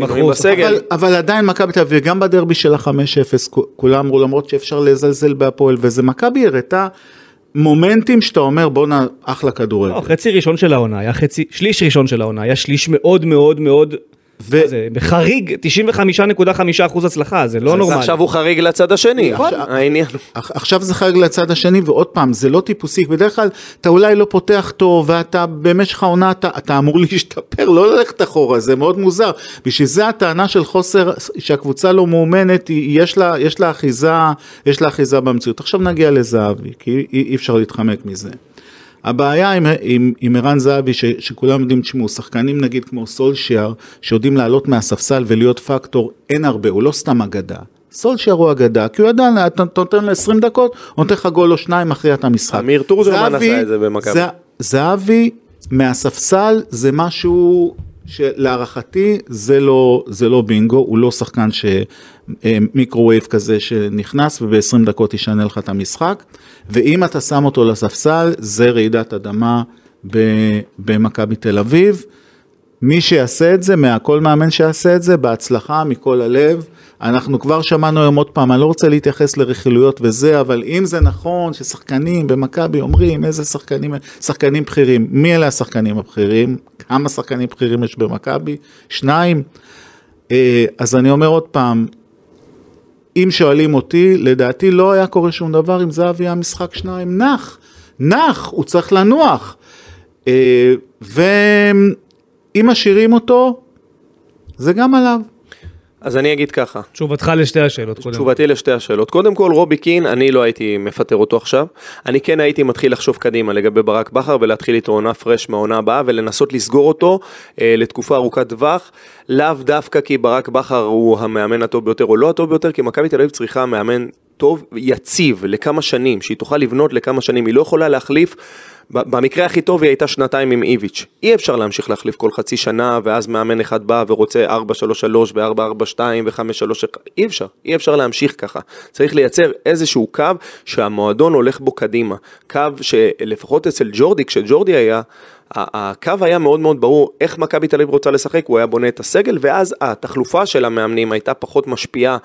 אבל עדיין מכבי תל אביב, גם בדרבי של ה-חמש אפס, כולם אמרו, למרות שאפשר לזלזל בהפועל, וזה מכבי הראתה, מומנטים שאתה אומר בוא נע אחלה כדורגל. לא, חצי ראשון של העונה, היה חצי, שליש ראשון של העונה, היה שליש מאוד מאוד מאוד, ו... זה, בחריג תשעים וחמישה נקודה חמישה אחוז הצלחה, זה לא נורמלי. עכשיו הוא חריג לצד השני, העניין. עכשיו זה חריג לצד השני, ועוד פעם, זה לא טיפוסי, בדרך כלל אתה אולי לא פותח טוב, ואתה במשך העונה, אתה, אתה אמור להשתפר, לא ללכת אחורה, זה מאוד מוזר. בשביל זה הטענה של חוסר, שהקבוצה לא מאומנת, יש לה, יש לה אחיזה, יש לה אחיזה במציאות. עכשיו נגיע לזהבי, כי אי, אי אפשר להתחמק מזה. הבעיה עם, עם, עם ערן זהבי, ש, שכולם יודעים תשמעו, שחקנים נגיד כמו סולשייר, שיודעים לעלות מהספסל ולהיות פקטור, אין הרבה, הוא לא סתם אגדה. סולשייר הוא אגדה, כי הוא ידע, אתה נותן לו עשרים דקות, הוא נותן לך גול או שניים אחרי את המשחק. אמיר טורג'מן עשה את זה במכבי. זהבי מהספסל זה משהו שלהערכתי זה לא, זה לא בינגו, הוא לא שחקן שמיקרווייב כזה שנכנס וב-עשרים דקות ישנה לך את המשחק, ואם אתה שם אותו לספסל זה רעידת אדמה במכבי תל אביב, מי שיעשה את זה, מהכל מאמן שיעשה את זה, בהצלחה מכל הלב, אנחנו כבר שמענו היום עוד פעם, אני לא רוצה להתייחס לרכילויות וזה, אבל אם זה נכון ששחקנים במכבי אומרים, איזה שחקנים, שחקנים בכירים, מי אלה השחקנים הבכירים? כמה שחקנים בכירים יש במכבי? שניים? אז אני אומר עוד פעם, אם שואלים אותי, לדעתי לא היה קורה שום דבר, אם זהבי היה משחק שניים, נח, נח, הוא צריך לנוח. ואם משאירים אותו, זה גם עליו. אז אני אגיד ככה. תשובתך לשתי השאלות. תשובתי לשתי השאלות. קודם כל, רובי קין, אני לא הייתי מפטר אותו עכשיו. אני כן הייתי מתחיל לחשוב קדימה לגבי ברק בכר, ולהתחיל איתו עונה פרש מהעונה הבאה, ולנסות לסגור אותו אה, לתקופה ארוכת טווח, לאו דווקא כי ברק בכר הוא המאמן הטוב ביותר, או לא הטוב ביותר, כי מכבי תל אביב צריכה מאמן טוב, יציב לכמה שנים, שהיא תוכל לבנות לכמה שנים, היא לא יכולה להחליף, במקרה הכי טוב היא הייתה שנתיים עם איביץ'. אי אפשר להמשיך להחליף כל חצי שנה, ואז מאמן אחד בא ורוצה ארבע שלוש שלוש ו-ארבע ארבע שתיים ו-חמש שלוש, אי אפשר, אי אפשר להמשיך ככה. צריך לייצר איזשהו קו שהמועדון הולך בו קדימה. קו שלפחות אצל ג'ורדי, כשג'ורדי היה, הקו היה מאוד מאוד ברור איך מכבי תל אביב רוצה לשחק, הוא היה בונה את הסגל, ואז התחלופה של המאמנים הייתה פחות משפיעה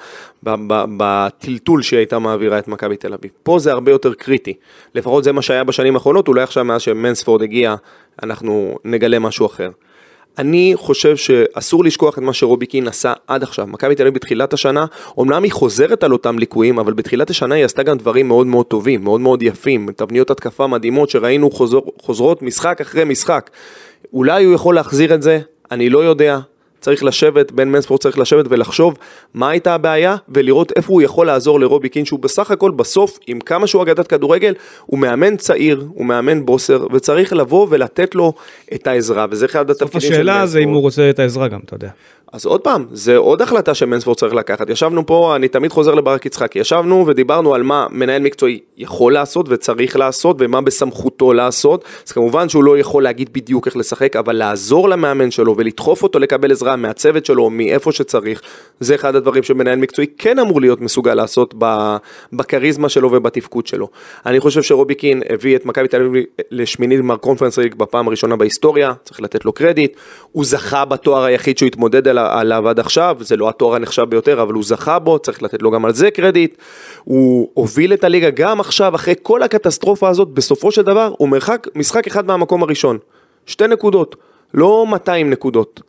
בטלטול שהיא הייתה מעבירה את מכבי תל אביב. פה זה הרבה יותר קריטי, לפחות זה מה שהיה בשנים האחרונות, אולי עכשיו מאז שמנספורד הגיע, אנחנו נגלה משהו אחר. אני חושב שאסור לשכוח את מה שרובי קין עשה עד עכשיו. מכבי תל אביב בתחילת השנה, אומנם היא חוזרת על אותם ליקויים, אבל בתחילת השנה היא עשתה גם דברים מאוד מאוד טובים, מאוד מאוד יפים, תבניות התקפה מדהימות שראינו חוזר, חוזרות משחק אחרי משחק. אולי הוא יכול להחזיר את זה, אני לא יודע. צריך לשבת, בן מנספורד צריך לשבת ולחשוב מה הייתה הבעיה, ולראות איפה הוא יכול לעזור לרובי קין, שהוא בסך הכל בסוף, עם כמה שהוא אגדת כדורגל, הוא מאמן צעיר, הוא מאמן בוסר, וצריך לבוא ולתת לו את העזרה, וזה אחד התפקידים של מנספורד. השאלה זה אם הוא רוצה את העזרה גם, אתה יודע. אז עוד פעם, זה עוד החלטה שמנספורד צריך לקחת. ישבנו פה, אני תמיד חוזר לברק יצחק, ישבנו ודיברנו על מה מנהל מקצועי יכול לעשות וצריך לעשות, ומה בסמכותו לעשות. אז כמובן שהוא לא יכול להגיד בדיוק איך לשחק, אבל לעזור למאמן שלו ולדחוף אותו לקבל עזרה מהצוות שלו, מאיפה שצריך, זה אחד הדברים שמנהל מקצועי כן אמור להיות מסוגל לעשות בקריזמה שלו ובתפקוד שלו. אני חושב שרובי קין הביא את מכבי תל אביב לשמינית גמר קונפרנס ליג בפעם הראשונה בהיסטוריה, צריך לתת לו קרדיט. הוא זכה בתואר היחיד שהוא התמודד עליו עד עכשיו, זה לא התואר הנחשב ביותר, אבל הוא זכה בו, צריך לתת לו גם על זה קרדיט. הוא הוביל את הליגה גם עכשיו, אחרי כל הקטסטרופה הזאת, בסופו של דבר, הוא מרחק משחק אחד מהמקום הראשון. שתי נקודות, לא מאתיים נקודות.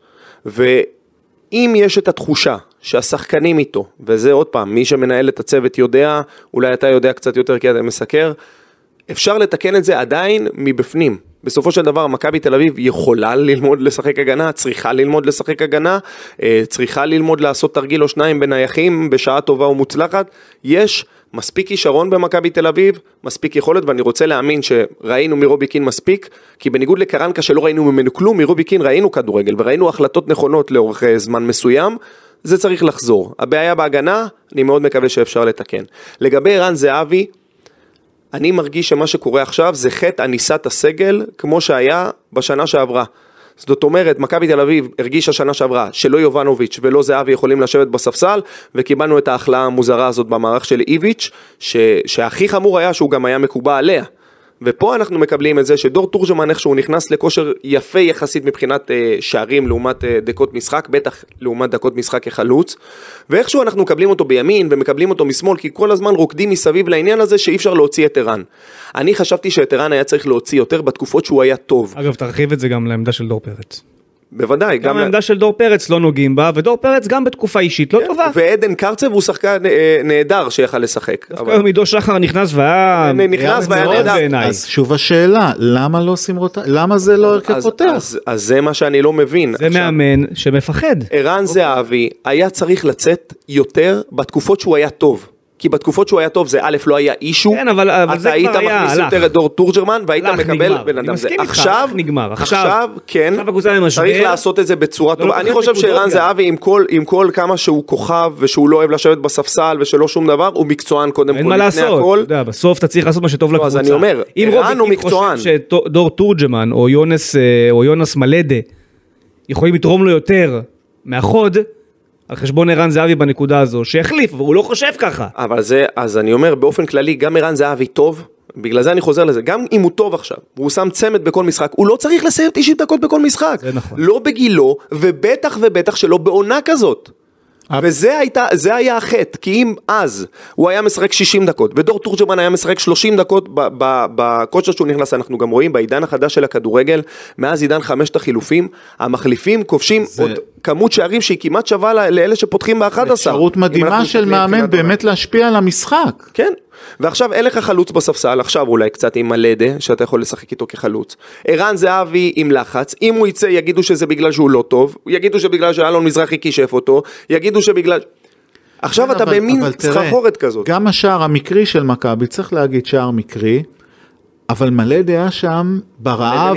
ואם יש את התחושה שהשחקנים איתו, וזה עוד פעם, מי שמנהל את הצוות יודע, אולי אתה יודע קצת יותר כי אתה מסקר, אפשר לתקן את זה עדיין מבפנים. בסופו של דבר, מכבי תל אביב יכולה ללמוד לשחק הגנה, צריכה ללמוד לשחק הגנה, צריכה ללמוד לעשות תרגיל או שניים בנייחים בשעה טובה ומוצלחת. יש מספיק כישרון במכבי תל אביב, מספיק יכולת, ואני רוצה להאמין שראינו מרובי קין מספיק, כי בניגוד לקרנקה שלא ראינו ממנו כלום, מרובי קין ראינו כדורגל, וראינו החלטות נכונות לאורך זמן מסוים, זה צריך לחזור. הבעיה בהגנה, אני מאוד מקווה שאפשר לתקן. לגבי ערן זהבי, אני מרגיש שמה שקורה עכשיו זה חטא עניסת הסגל, כמו שהיה בשנה שעברה. זאת אומרת, מכבי תל אביב הרגישה שנה שעברה שלא יובנוביץ' ולא זהבי יכולים לשבת בספסל, וקיבלנו את ההחלאה המוזרה הזאת במערך של איביץ', ש... שהכי חמור היה שהוא גם היה מקובע עליה. ופה אנחנו מקבלים את זה שדור תורג'מן איך שהוא נכנס לכושר יפה יחסית מבחינת אה, שערים לעומת אה, דקות משחק, בטח לעומת דקות משחק כחלוץ, ואיכשהו אנחנו מקבלים אותו בימין ומקבלים אותו משמאל, כי כל הזמן רוקדים מסביב לעניין הזה שאי אפשר להוציא את ערן. אני חשבתי שאת ערן היה צריך להוציא יותר בתקופות שהוא היה טוב. אגב, תרחיב את זה גם לעמדה של דור פרץ. בוודאי. גם העמדה של דור פרץ לא נוגעים בה, ודור פרץ גם בתקופה אישית לא טובה. ועדן קרצב הוא שחקן נהדר שיכל לשחק. דווקא עידו שחר נכנס והיה... נכנס והיה נהדר. אז שוב השאלה, למה לא עושים רוטציה? למה זה לא הרכב פותח? אז זה מה שאני לא מבין. זה מאמן שמפחד. ערן זהבי היה צריך לצאת יותר בתקופות שהוא היה טוב. כי בתקופות שהוא היה טוב זה א' לא היה אישו, כן, אבל, אבל אתה היית מכניס יותר את דור תורג'רמן והיית מקבל בן אדם. עכשיו, נגמר. עכשיו, כן, צריך לעשות את זה בצורה טובה. אני חושב שערן זהבי עם כל, עם כל כמה שהוא כוכב ושהוא לא אוהב לשבת בספסל ושלא שום דבר, הוא מקצוען קודם כל לפני הכל. בסוף אתה צריך לעשות מה שטוב לקבוצה. אז אני אומר, ערן הוא מקצוען. אם שדור תורג'מן או יונס, או יונס מלדה יכולים לתרום לו יותר מהחוד, על חשבון ערן זהבי בנקודה הזו, שיחליף, והוא לא חושב ככה. אבל זה, אז אני אומר, באופן כללי, גם ערן זהבי טוב, בגלל זה אני חוזר לזה, גם אם הוא טוב עכשיו, והוא שם צמד בכל משחק, הוא לא צריך לסיים תשעים דקות בכל משחק. זה נכון. לא בגילו, ובטח ובטח שלא בעונה כזאת. וזה הייתה, זה היה החטא, כי אם אז הוא היה משחק שישים דקות, ודור תורג'מן היה משחק שלושים דקות בקוצ'ר שהוא נכנס, אנחנו גם רואים בעידן החדש של הכדורגל, מאז עידן חמשת החילופים, המחליפים כובשים זה... עוד כמות שערים שהיא כמעט שווה לאלה שפותחים ב-אחד עשר. אפשרות מדהימה של מאמן באמת להשפיע על המשחק. כן. ועכשיו אין לך חלוץ בספסל, עכשיו אולי קצת עם מלדה, שאתה יכול לשחק איתו כחלוץ. ערן זהבי עם לחץ, אם הוא יצא יגידו שזה בגלל שהוא לא טוב, יגידו שבגלל שאלון מזרחי כישף אותו, יגידו שבגלל... עכשיו אתה במין סחרחורת כזאת. גם השער המקרי של מכבי, צריך להגיד שער מקרי, אבל מלדה היה שם ברעב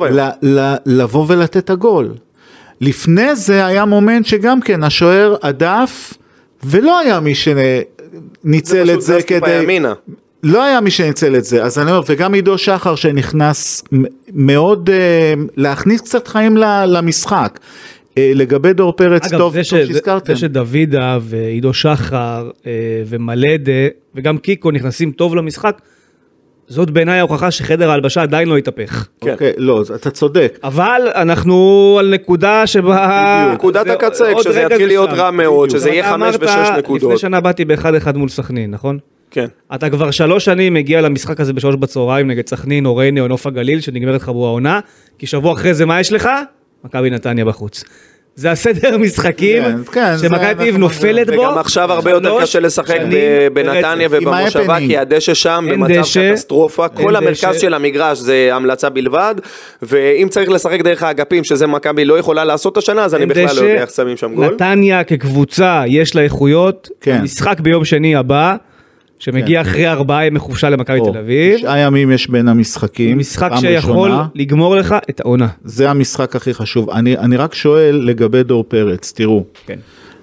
לבוא ולתת הגול. לפני זה היה מומנט שגם כן השוער עדף, ולא היה מי ש... ניצל את זה כדי, לא היה מי שניצל את זה, אז אני אומר, וגם עידו שחר שנכנס מאוד, להכניס קצת חיים למשחק, לגבי דור פרץ, אגב, טוב, זה טוב שהזכרתם. זה שדוידה ועידו שחר ומלדה, וגם קיקו נכנסים טוב למשחק, זאת בעיניי ההוכחה שחדר ההלבשה עדיין לא יתהפך. אוקיי, לא, אתה צודק. אבל אנחנו על נקודה שבה... נקודת הקצה, כשזה יתחיל להיות רע מאוד, שזה יהיה חמש ושש נקודות. לפני שנה באתי באחד אחד מול סכנין, נכון? כן. אתה כבר שלוש שנים מגיע למשחק הזה בשלוש בצהריים נגד סכנין או ריינה או נוף הגליל, שנגמרת חבורה העונה, כי שבוע אחרי זה מה יש לך? מכבי נתניה בחוץ. זה הסדר משחקים שמכבי תל אביב נופלת בו. וגם עכשיו הרבה יותר קשה לשחק בנתניה ובמושבה, כי הדשא שם במצב קטסטרופה, כל המרכז של המגרש זה המלצה בלבד, ואם צריך לשחק דרך האגפים, שזה מכבי לא יכולה לעשות השנה, אז אני בכלל לא יודע איך שמים שם גול. נתניה כקבוצה יש לה איכויות, משחק ביום שני הבא, שמגיע אחרי ארבעה ימי חופשה למכבי תל אביב. תשעה ימים יש בין המשחקים. משחק שיכול לגמור לך את העונה. זה המשחק הכי חשוב. אני, אני רק שואל לגבי דור פרץ, תראו. כן.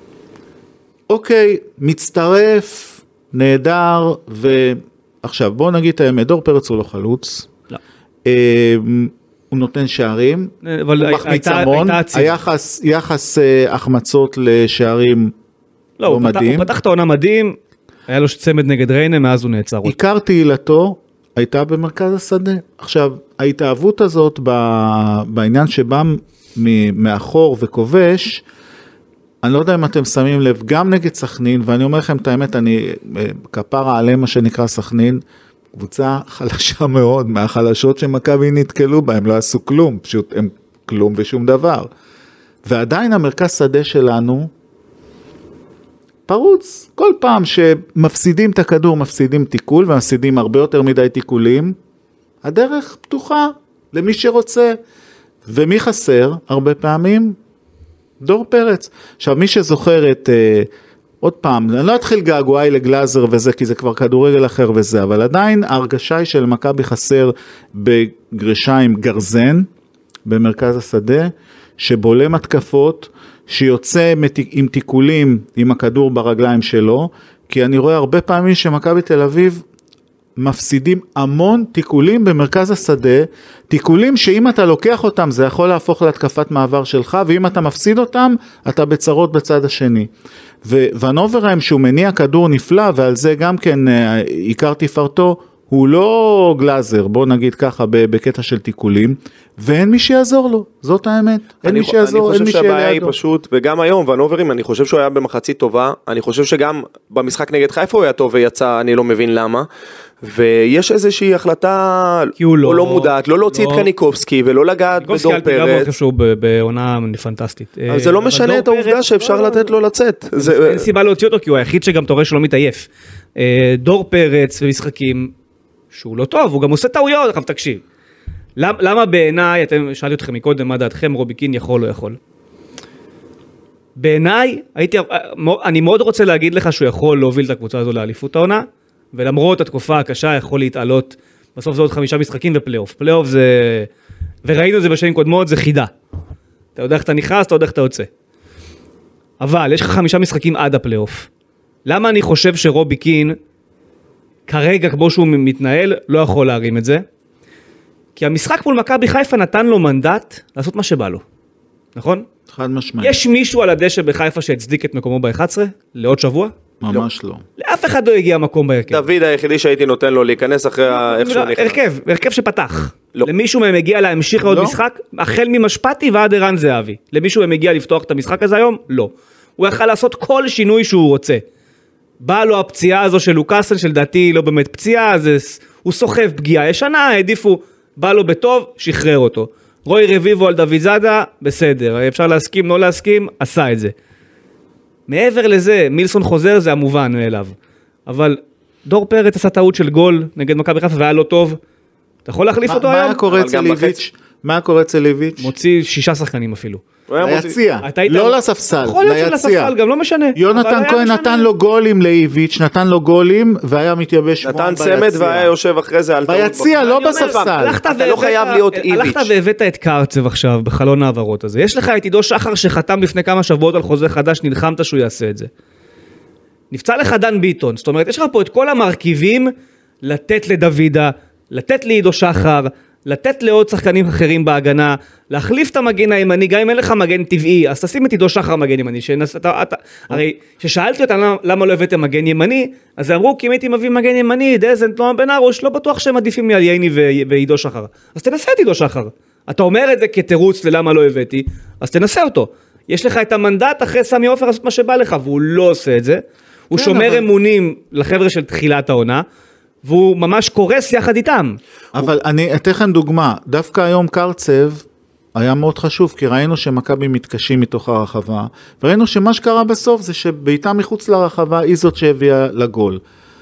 אוקיי, מצטרף, נהדר, ועכשיו בואו נגיד את האמת, דור פרץ הוא לא חלוץ. לא. הוא נותן שערים, אבל הוא מחמיץ המון, היחס, יחס החמצות לשערים לא, לא מדהים. הוא פתח את העונה מדהים, היה לו צמד נגד ריינה, מאז הוא נעצר. עיקר תהילתו הייתה במרכז השדה. עכשיו, ההתאהבות הזאת בעניין שבא מאחור וכובש, אני לא יודע אם אתם שמים לב, גם נגד סכנין, ואני אומר לכם את האמת, אני כפרה עליהם מה שנקרא סכנין, קבוצה חלשה מאוד, מהחלשות שמכבי נתקלו בהם, לא עשו כלום, פשוט הם כלום ושום דבר. ועדיין המרכז שדה שלנו, פרוץ, כל פעם שמפסידים את הכדור, מפסידים תיקול, ומפסידים הרבה יותר מדי תיקולים, הדרך פתוחה למי שרוצה, ומי חסר הרבה פעמים? דור פרץ. עכשיו, מי שזוכר את, אה, עוד פעם, אני לא אתחיל געגועי לגלאזר וזה, כי זה כבר כדורגל אחר וזה, אבל עדיין ההרגשה היא של מכבי חסר בגרשיים גרזן, במרכז השדה, שבולם התקפות, שיוצא עם תיקולים עם הכדור ברגליים שלו, כי אני רואה הרבה פעמים שמכבי תל אביב מפסידים המון תיקולים במרכז השדה, תיקולים שאם אתה לוקח אותם זה יכול להפוך להתקפת מעבר שלך, ואם אתה מפסיד אותם אתה בצרות בצד השני. וונוברהיים שהוא מניע כדור נפלא, ועל זה גם כן עיקר תפארתו, הוא לא גלאזר, בוא נגיד ככה, בקטע של תיקולים, ואין מי שיעזור לו, זאת האמת. אין מי שיעזור, אין מי שיעזור. אני חושב שהבעיה היא פשוט, וגם היום, והנוברים, אני חושב שהוא היה במחצית טובה, אני חושב שגם במשחק נגד חיפה הוא היה טוב ויצא, אני לא מבין למה, ויש איזושהי החלטה לא, לא מודעת, לא להוציא לא. את קניקובסקי ולא לגעת בדור פרץ. אני שהוא בעונה פנטסטית. אז זה לא משנה את העובדה שאפשר לתת לו לצאת. אין סיבה להוציא אותו, כי הוא היחיד שגם תורא שלא מתעייף. דור פרץ במשחקים שהוא לא טוב, הוא גם עושה טעויות, עכשיו תקשיב. למה בעיניי, אתם שאלתי אתכם מקודם, מה דעתכם, רובי קין יכול או יכול? בעיניי, הייתי, אני מאוד רוצה להגיד לך שהוא יכול להוביל את הקבוצה הזו לאליפות העונה, ולמרות התקופה הקשה יכול להתעלות, בסוף זה עוד חמישה משחקים ופלייאוף. פלייאוף זה, וראינו את זה בשנים קודמות, זה חידה. אתה יודע איך אתה נכנס, אתה יודע איך אתה יוצא. אבל יש לך חמישה משחקים עד הפלייאוף. למה אני חושב שרובי קין, כרגע כמו שהוא מתנהל, לא יכול להרים את זה? כי המשחק מול מכבי חיפה נתן לו מנדט לעשות מה שבא לו. נכון? חד משמעי. יש מישהו על הדשא בחיפה שהצדיק את מקומו ב-אחד עשרה? לעוד שבוע? ממש לא. לאף אחד לא הגיע מקום בהרכב. דוד היחידי שהייתי נותן לו להיכנס אחרי איך שהוא נכנס. הרכב, הרכב שפתח. למישהו מהם הגיע להמשיך עוד משחק, החל ממשפטי ועד ערן זהבי. למישהו מהם הגיע לפתוח את המשחק הזה היום? לא. הוא יכל לעשות כל שינוי שהוא רוצה. באה לו הפציעה הזו של לוקאסן, שלדעתי לא באמת פציעה, הוא סוחב פגיעה ישנה, העדיפו, בא לו בטוב, שחרר אותו. רוי רביבו על דוד זאדה, בסדר, אפשר להסכים, לא להסכים, עשה את זה. מעבר לזה, מילסון חוזר, זה המובן מאליו. אבל דור פרץ עשה טעות של גול נגד מכבי חיפה, והיה לא טוב. אתה יכול להחליף אותו היום? מה קורה אצל ליביץ'? מה קורה אצל ליביץ'? מוציא שישה שחקנים אפילו. ליציע, לא לספסל, ליציע. גם לא משנה. יונתן כהן נתן לו גולים לאיביץ', נתן לו גולים, והיה מתייבש נתן צמד והיה יושב אחרי זה. ביציע, לא בספסל. אתה לא חייב להיות איביץ'. הלכת והבאת את קרצב עכשיו, בחלון העברות הזה. יש לך את עידו שחר שחתם לפני כמה שבועות על חוזה חדש, נלחמת שהוא יעשה את זה. נפצע לך דן ביטון, זאת אומרת, יש לך פה את כל המרכיבים, לתת לדוידה, לתת לעידו שחר, לתת לעוד שחקנים אחרים בהגנה, להחליף את המגן הימני, גם אם אין לך מגן טבעי, אז תשים את עידו שחר מגן ימני, שנס, אתה, אתה, הרי ששאלתי אותם למה, למה לא הבאתם מגן ימני, אז אמרו, כי אם הייתי מביא מגן ימני, דזנט, לא בן ארוש, לא בטוח שהם עדיפים מעל ייני ועידו שחר, אז תנסה את עידו שחר, אתה אומר את זה כתירוץ ללמה לא הבאתי, אז תנסה אותו, יש לך את המנדט אחרי סמי עופר לעשות מה שבא לך, והוא לא עושה את זה, הוא שומר אבל... אמונים לחבר'ה של תחילת העונה, והוא ממש קורס יחד איתם. אבל אני אתן לכם דוגמה, דווקא היום קרצב היה מאוד חשוב, כי ראינו שמכבי מתקשים מתוך הרחבה, וראינו שמה שקרה בסוף זה שבעיטה מחוץ לרחבה היא זאת שהביאה לגול.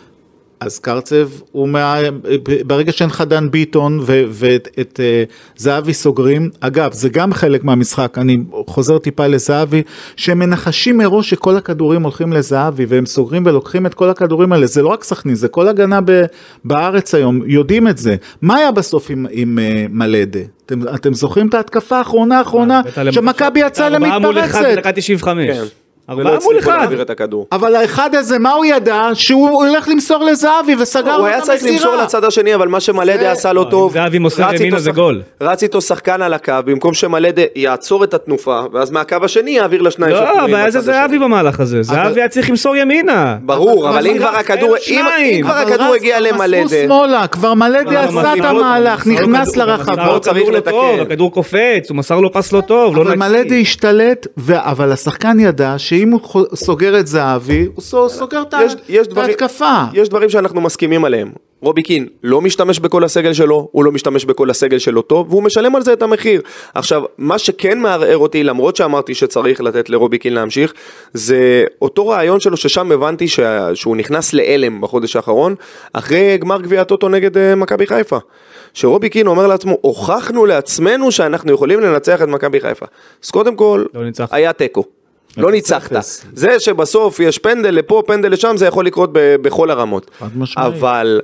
אז קרצב, הוא מה... ברגע שאין לך דן ביטון ו... ואת את, uh, זהבי סוגרים, אגב, זה גם חלק מהמשחק, אני חוזר טיפה לזהבי, שהם מנחשים מראש שכל הכדורים הולכים לזהבי, והם סוגרים ולוקחים את כל הכדורים האלה, זה לא רק סכנין, זה כל הגנה ב... בארץ היום, יודעים את זה. מה היה בסוף עם, עם uh, מלדה? אתם, אתם זוכרים את ההתקפה האחרונה האחרונה, שמכבי יצא למתפרצת? ארבעה מול אחד, דקה תשעים וחמש. כן. ולא הצליחו להעביר את הכדור. אבל האחד הזה, מה הוא ידע? שהוא הולך למסור לזהבי וסגר הוא היה צריך למסור לצד השני, אבל מה שמלדה עשה לו טוב, זהבי מוסר ימינה זה גול. רץ איתו שחקן על הקו, במקום שמלדה יעצור את התנופה, ואז מהקו השני יעביר לשניים שחקנים. לא, אבל איזה זהבי במהלך הזה, זהבי היה צריך למסור ימינה. ברור, אבל אם כבר הכדור, אם כבר הכדור הגיע למלדה, כבר מלדה עשה את המהלך, נכנס לרחבה. לא צריך לתקן. הכדור קופץ, הוא מסר לו פס לא טוב, אבל מלדה השתלט, אבל השחקן ידע שאם הוא סוגר את זהבי, הוא סוגר את ההתקפה. יש דברים שאנחנו מסכימים עליהם. רובי קין לא משתמש בכל הסגל שלו, הוא לא משתמש בכל הסגל שלו טוב, והוא משלם על זה את המחיר. עכשיו, מה שכן מערער אותי, למרות שאמרתי שצריך לתת לרובי קין להמשיך, זה אותו רעיון שלו ששם הבנתי שהוא נכנס לאלם בחודש האחרון, אחרי גמר גביע הטוטו נגד מכבי חיפה. שרובי קין אומר לעצמו, הוכחנו לעצמנו שאנחנו יכולים לנצח את מכבי חיפה. אז קודם כל, היה טקו. לא ניצחת. זה שבסוף יש פנדל לפה, פנדל לשם, זה יכול לקרות בכל הרמות. אבל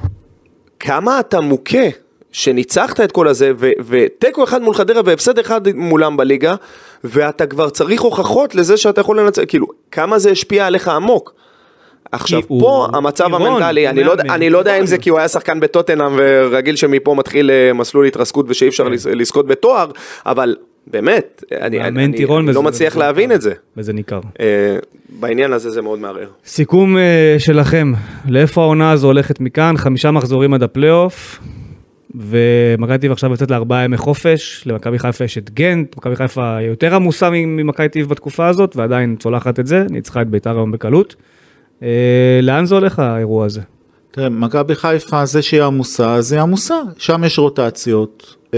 כמה אתה מוכה שניצחת את כל הזה, וטקו אחד מול חדרה והפסד אחד מולם בליגה, ואתה כבר צריך הוכחות לזה שאתה יכול לנצח, כאילו, כמה זה השפיע עליך עמוק. עכשיו פה המצב המנטלי, אני לא יודע אם זה כי הוא היה שחקן בטוטנהאם ורגיל שמפה מתחיל מסלול התרסקות ושאי אפשר לזכות בתואר, אבל באמת, אני, אני, אני, טירון אני לא מצליח להבין את זה. וזה ניכר. אה, בעניין הזה זה מאוד מערער. סיכום אה, שלכם, לאיפה העונה הזו הולכת מכאן? חמישה מחזורים עד הפלייאוף, ומכבי תל אביב עכשיו יוצאת לארבעה ימי חופש, למכבי חיפה יש את גנט, מכבי חיפה יותר עמוסה ממכבי תל אביב בתקופה הזאת, ועדיין צולחת את זה, ניצחה את בית"ר היום בקלות. אה, לאן זה הולך האירוע הזה? תראה, מכבי חיפה זה שהיא עמוסה, זה עמוסה, שם יש רוטציות, אה,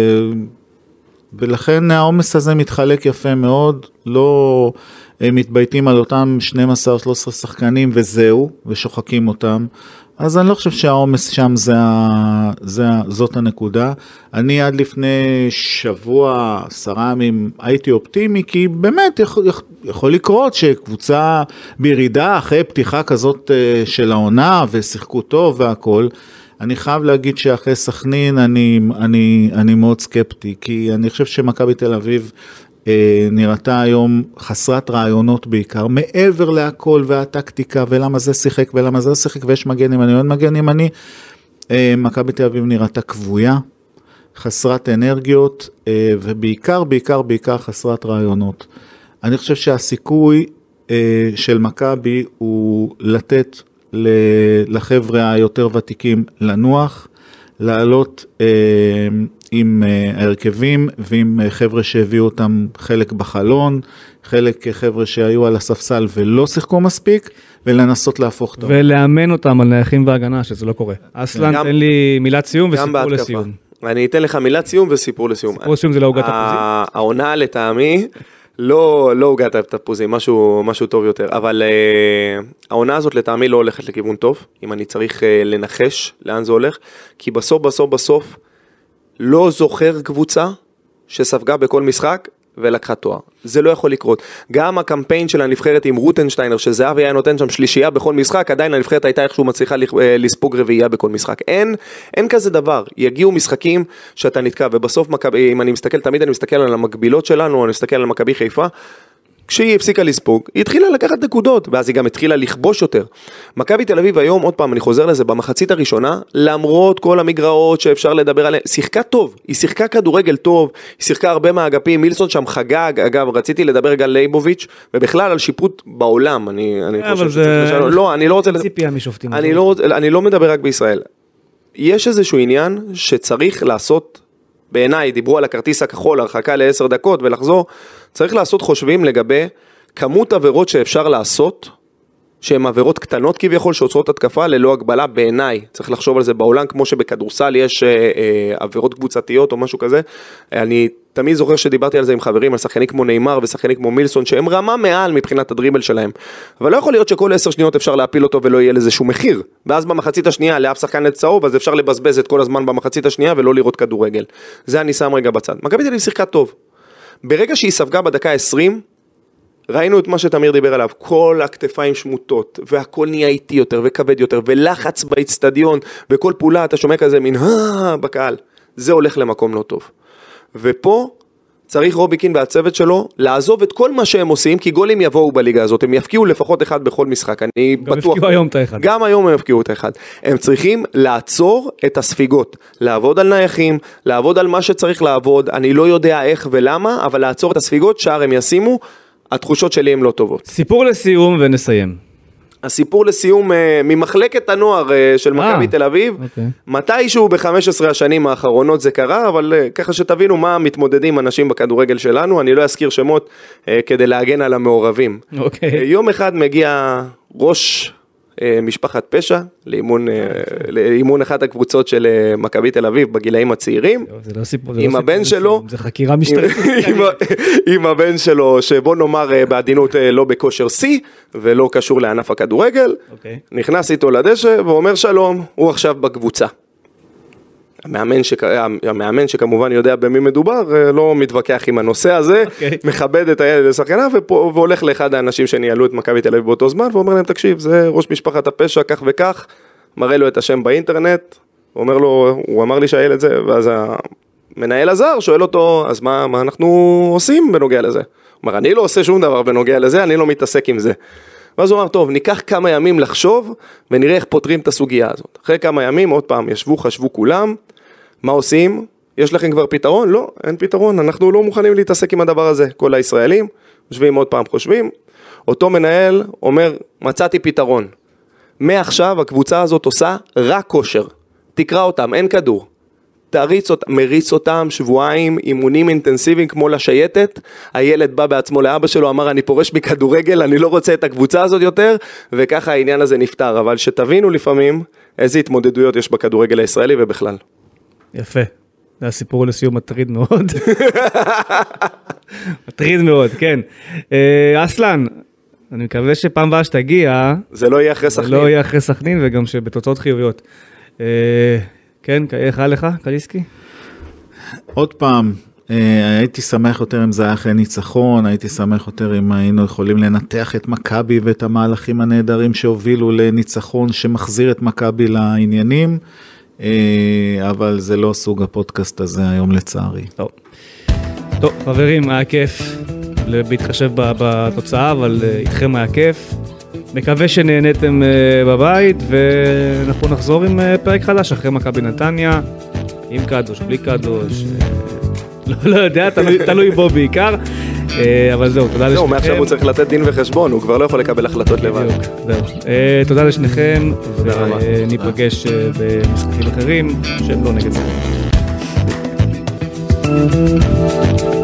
ולכן העומס הזה מתחלק יפה מאוד, לא מתבייתים על אותם שנים עשר שלוש עשרה שחקנים וזהו, ושוחקים אותם, אז אני לא חושב שהעומס שם זה, זה, זאת הנקודה. אני עד לפני שבוע, עשרה ימים, הייתי אופטימי, כי באמת יכול, יכול לקרות שקבוצה בירידה אחרי פתיחה כזאת של העונה, ושיחקו טוב והכל, אני חייב להגיד שאחרי סכנין אני, אני, אני מאוד סקפטי, כי אני חושב שמכבי תל אביב אה, נראתה היום חסרת רעיונות בעיקר, מעבר להכל והטקטיקה, ולמה זה שיחק ולמה זה שיחק, ויש מגן ימני, עוד מגן ימני, אה, מכבי תל אביב נראתה כבויה, חסרת אנרגיות, אה, ובעיקר, בעיקר, בעיקר חסרת רעיונות. אני חושב שהסיכוי אה, של מכבי הוא לתת לחבר'ה היותר ותיקים לנוח, לעלות אה, עם אה, הרכבים ועם אה, חבר'ה שהביאו אותם חלק בחלון, חלק חבר'ה שהיו על הספסל ולא שיחקו מספיק, ולנסות להפוך אותם. ולאמן אותם על נייחים והגנה, שזה לא קורה. אסלן, תן לי מילת סיום וסיפור לסיום. אני אתן לך מילת סיום וסיפור לסיום. סיפור לסיום זה לא עוגת תפוזים? העונה לטעמי, לא, לא עוגת תפוזים, משהו, משהו טוב יותר, אבל uh, העונה הזאת לטעמי לא הולכת לכיוון טוב, אם אני צריך uh, לנחש לאן זה הולך, כי בסוף, בסוף, בסוף, לא זוכר קבוצה שספגה בכל משחק ולקחה תואר. זה לא יכול לקרות. גם הקמפיין של הנבחרת עם רוטנשטיינר, שזהבי היה נותן שם שלישייה בכל משחק, עדיין הנבחרת הייתה איכשהו מצליחה לספוג רביעייה בכל משחק. אין, אין כזה דבר. יגיעו משחקים שאתה נתקע, ובסוף, אם אני מסתכל, תמיד אני מסתכל על המקבילות שלנו, אני מסתכל על מכבי חיפה, כשהיא הפסיקה לספוג, היא התחילה לקחת נקודות, ואז היא גם התחילה לכבוש יותר. מכבי תל אביב היום, עוד פעם, אני חוזר לזה, במחצית הראשונה, למרות כל המגרעות שאפשר לדבר עליהן, שיחקה טוב, היא שיחקה כדורגל טוב, היא שיחקה הרבה מהאגפים, מילסון שם חגג, אגב, רציתי לדבר גם לייבוביץ', ובכלל על שיפוט בעולם, אני, אני חושב שצריך לשאול, לא, אני לא רוצה, אני לא, אני לא מדבר רק בישראל. יש איזשהו עניין שצריך לעשות, בעיניי, דיברו על הכרטיס הכחול, הרחקה לעשר דקות ולחזור, צריך לעשות חושבים לגבי כמות עבירות שאפשר לעשות, שהן עבירות קטנות כביכול, שעוצרות התקפה ללא הגבלה בעיניי. צריך לחשוב על זה בעולם, כמו שבכדורסל יש אה, אה, עבירות קבוצתיות או משהו כזה. אני תמיד זוכר שדיברתי על זה עם חברים, על שחקנים כמו ניימר ושחקנים כמו מילסון, שהם רמה מעל מבחינת הדריבל שלהם. אבל לא יכול להיות שכל עשר שניות אפשר להפיל אותו ולא יהיה לזה שום מחיר. ואז במחצית השנייה, לאף שחקן לצהוב, אז אפשר לבזבז את כל הזמן במחצית השנייה ולא לראות כדורגל. זה אני שם רגע בצד. מכבי תל אביב שיחקה טוב. ברגע שהיא ספגה בדקה עשרים, ראינו את מה שתמיר דיבר עליו, כל הכתפיים שמוטות, והכל נהיה איטי יותר וכבד יותר, ולחץ באצטדיון, וכל פעולה אתה שומע כזה מין הא בקהל. זה הולך למקום לא טוב. ופה צריך רוביקין והצוות שלו לעזוב את כל מה שהם עושים, כי גולים יבואו בליגה הזאת, הם יפקיעו לפחות אחד בכל משחק, אני גם בטוח. יפקיעו היום את האחד. גם היום הם יפקיעו את האחד. הם צריכים לעצור את הספיגות, לעבוד על נייחים, לעבוד על מה שצריך לעבוד, אני לא יודע איך ולמה, אבל לעצור את הספיגות, שער הם ישימו, התחושות שלי הן לא טובות. סיפור לסיום ונסיים. הסיפור לסיום ממחלקת הנוער של מכבי תל אביב, מתישהו ב-חמש עשרה השנים האחרונות זה קרה, אבל ככה שתבינו מה מתמודדים אנשים בכדורגל שלנו, אני לא אזכיר שמות כדי להגן על המעורבים. יום אחד מגיע ראש משפחת פשע, לאימון, לאימון אחת הקבוצות של מכבי תל אביב בגילאים הצעירים, עם הבן שלו, זה חקירה משטרתית, עם הבן שלו, שבוא נאמר בעדינות לא בכושר C, ולא קשור לענף הכדורגל, נכנס איתו לדשא ואומר שלום, הוא עכשיו בקבוצה. המאמן, שכ... המאמן שכמובן יודע במי מדובר, לא מתווכח עם הנושא הזה, okay. מכבד את הילד לשחקנה, ופה, והולך לאחד האנשים שניהלו את מכבי תל אביב באותו זמן, ואומר להם, תקשיב, זה ראש משפחת הפשע, כך וכך, מראה לו את השם באינטרנט, אומר לו, הוא אמר לי שהילד זה, ואז המנהל הזר שואל אותו, אז מה, מה אנחנו עושים בנוגע לזה? הוא אומר, אני לא עושה שום דבר בנוגע לזה, אני לא מתעסק עם זה. ואז הוא אמר, טוב, ניקח כמה ימים לחשוב, ונראה איך פותרים את הסוגיה הזאת. אחרי כמה ימים, עוד פעם, ישבו, חשבו כולם, מה עושים? יש לכם כבר פתרון? לא, אין פתרון, אנחנו לא מוכנים להתעסק עם הדבר הזה. כל הישראלים יושבים עוד פעם חושבים, אותו מנהל אומר, מצאתי פתרון. מעכשיו הקבוצה הזאת עושה רק כושר. תקרא אותם, אין כדור. תריץ אותם, מריץ אותם שבועיים, אימונים אינטנסיביים כמו לשייטת. הילד בא בעצמו לאבא שלו, אמר אני פורש מכדורגל, אני לא רוצה את הקבוצה הזאת יותר, וככה העניין הזה נפתר. אבל שתבינו לפעמים איזה התמודדויות יש בכדורגל הישראלי ובכלל. יפה. זה הסיפור לסיום מטריד מאוד. מטריד מאוד, כן. אסלן, אני מקווה שפעם הבאה שתגיע, זה לא יהיה אחרי סכנין. זה לא יהיה אחרי סכנין וגם שבתוצאות חיוביות. כן, איך לך, קליסקי? עוד פעם, הייתי שמח יותר אם זה היה אחרי ניצחון, הייתי שמח יותר אם היינו יכולים לנתח את מכבי ואת המהלכים הנהדרים שהובילו לניצחון שמחזיר את מכבי לעניינים, אבל זה לא סוג הפודקאסט הזה היום לצערי. טוב, טוב חברים, היה כיף להתחשב בתוצאה, אבל איתכם היה כיף. מקווה שנהנתם בבית, ואנחנו נחזור עם פרק חדש אחרי מכבי נתניה, עם קדוש, בלי קדוש, לא, לא יודע, תלוי, תלוי בו בעיקר, אבל זהו, תודה לשניכם. זהו, מעכשיו הוא צריך לתת דין וחשבון, הוא כבר לא יכול לקבל החלטות לבד. זהו, תודה לשניכם, וניפגש במשחקים אחרים שהם לא נגד זה.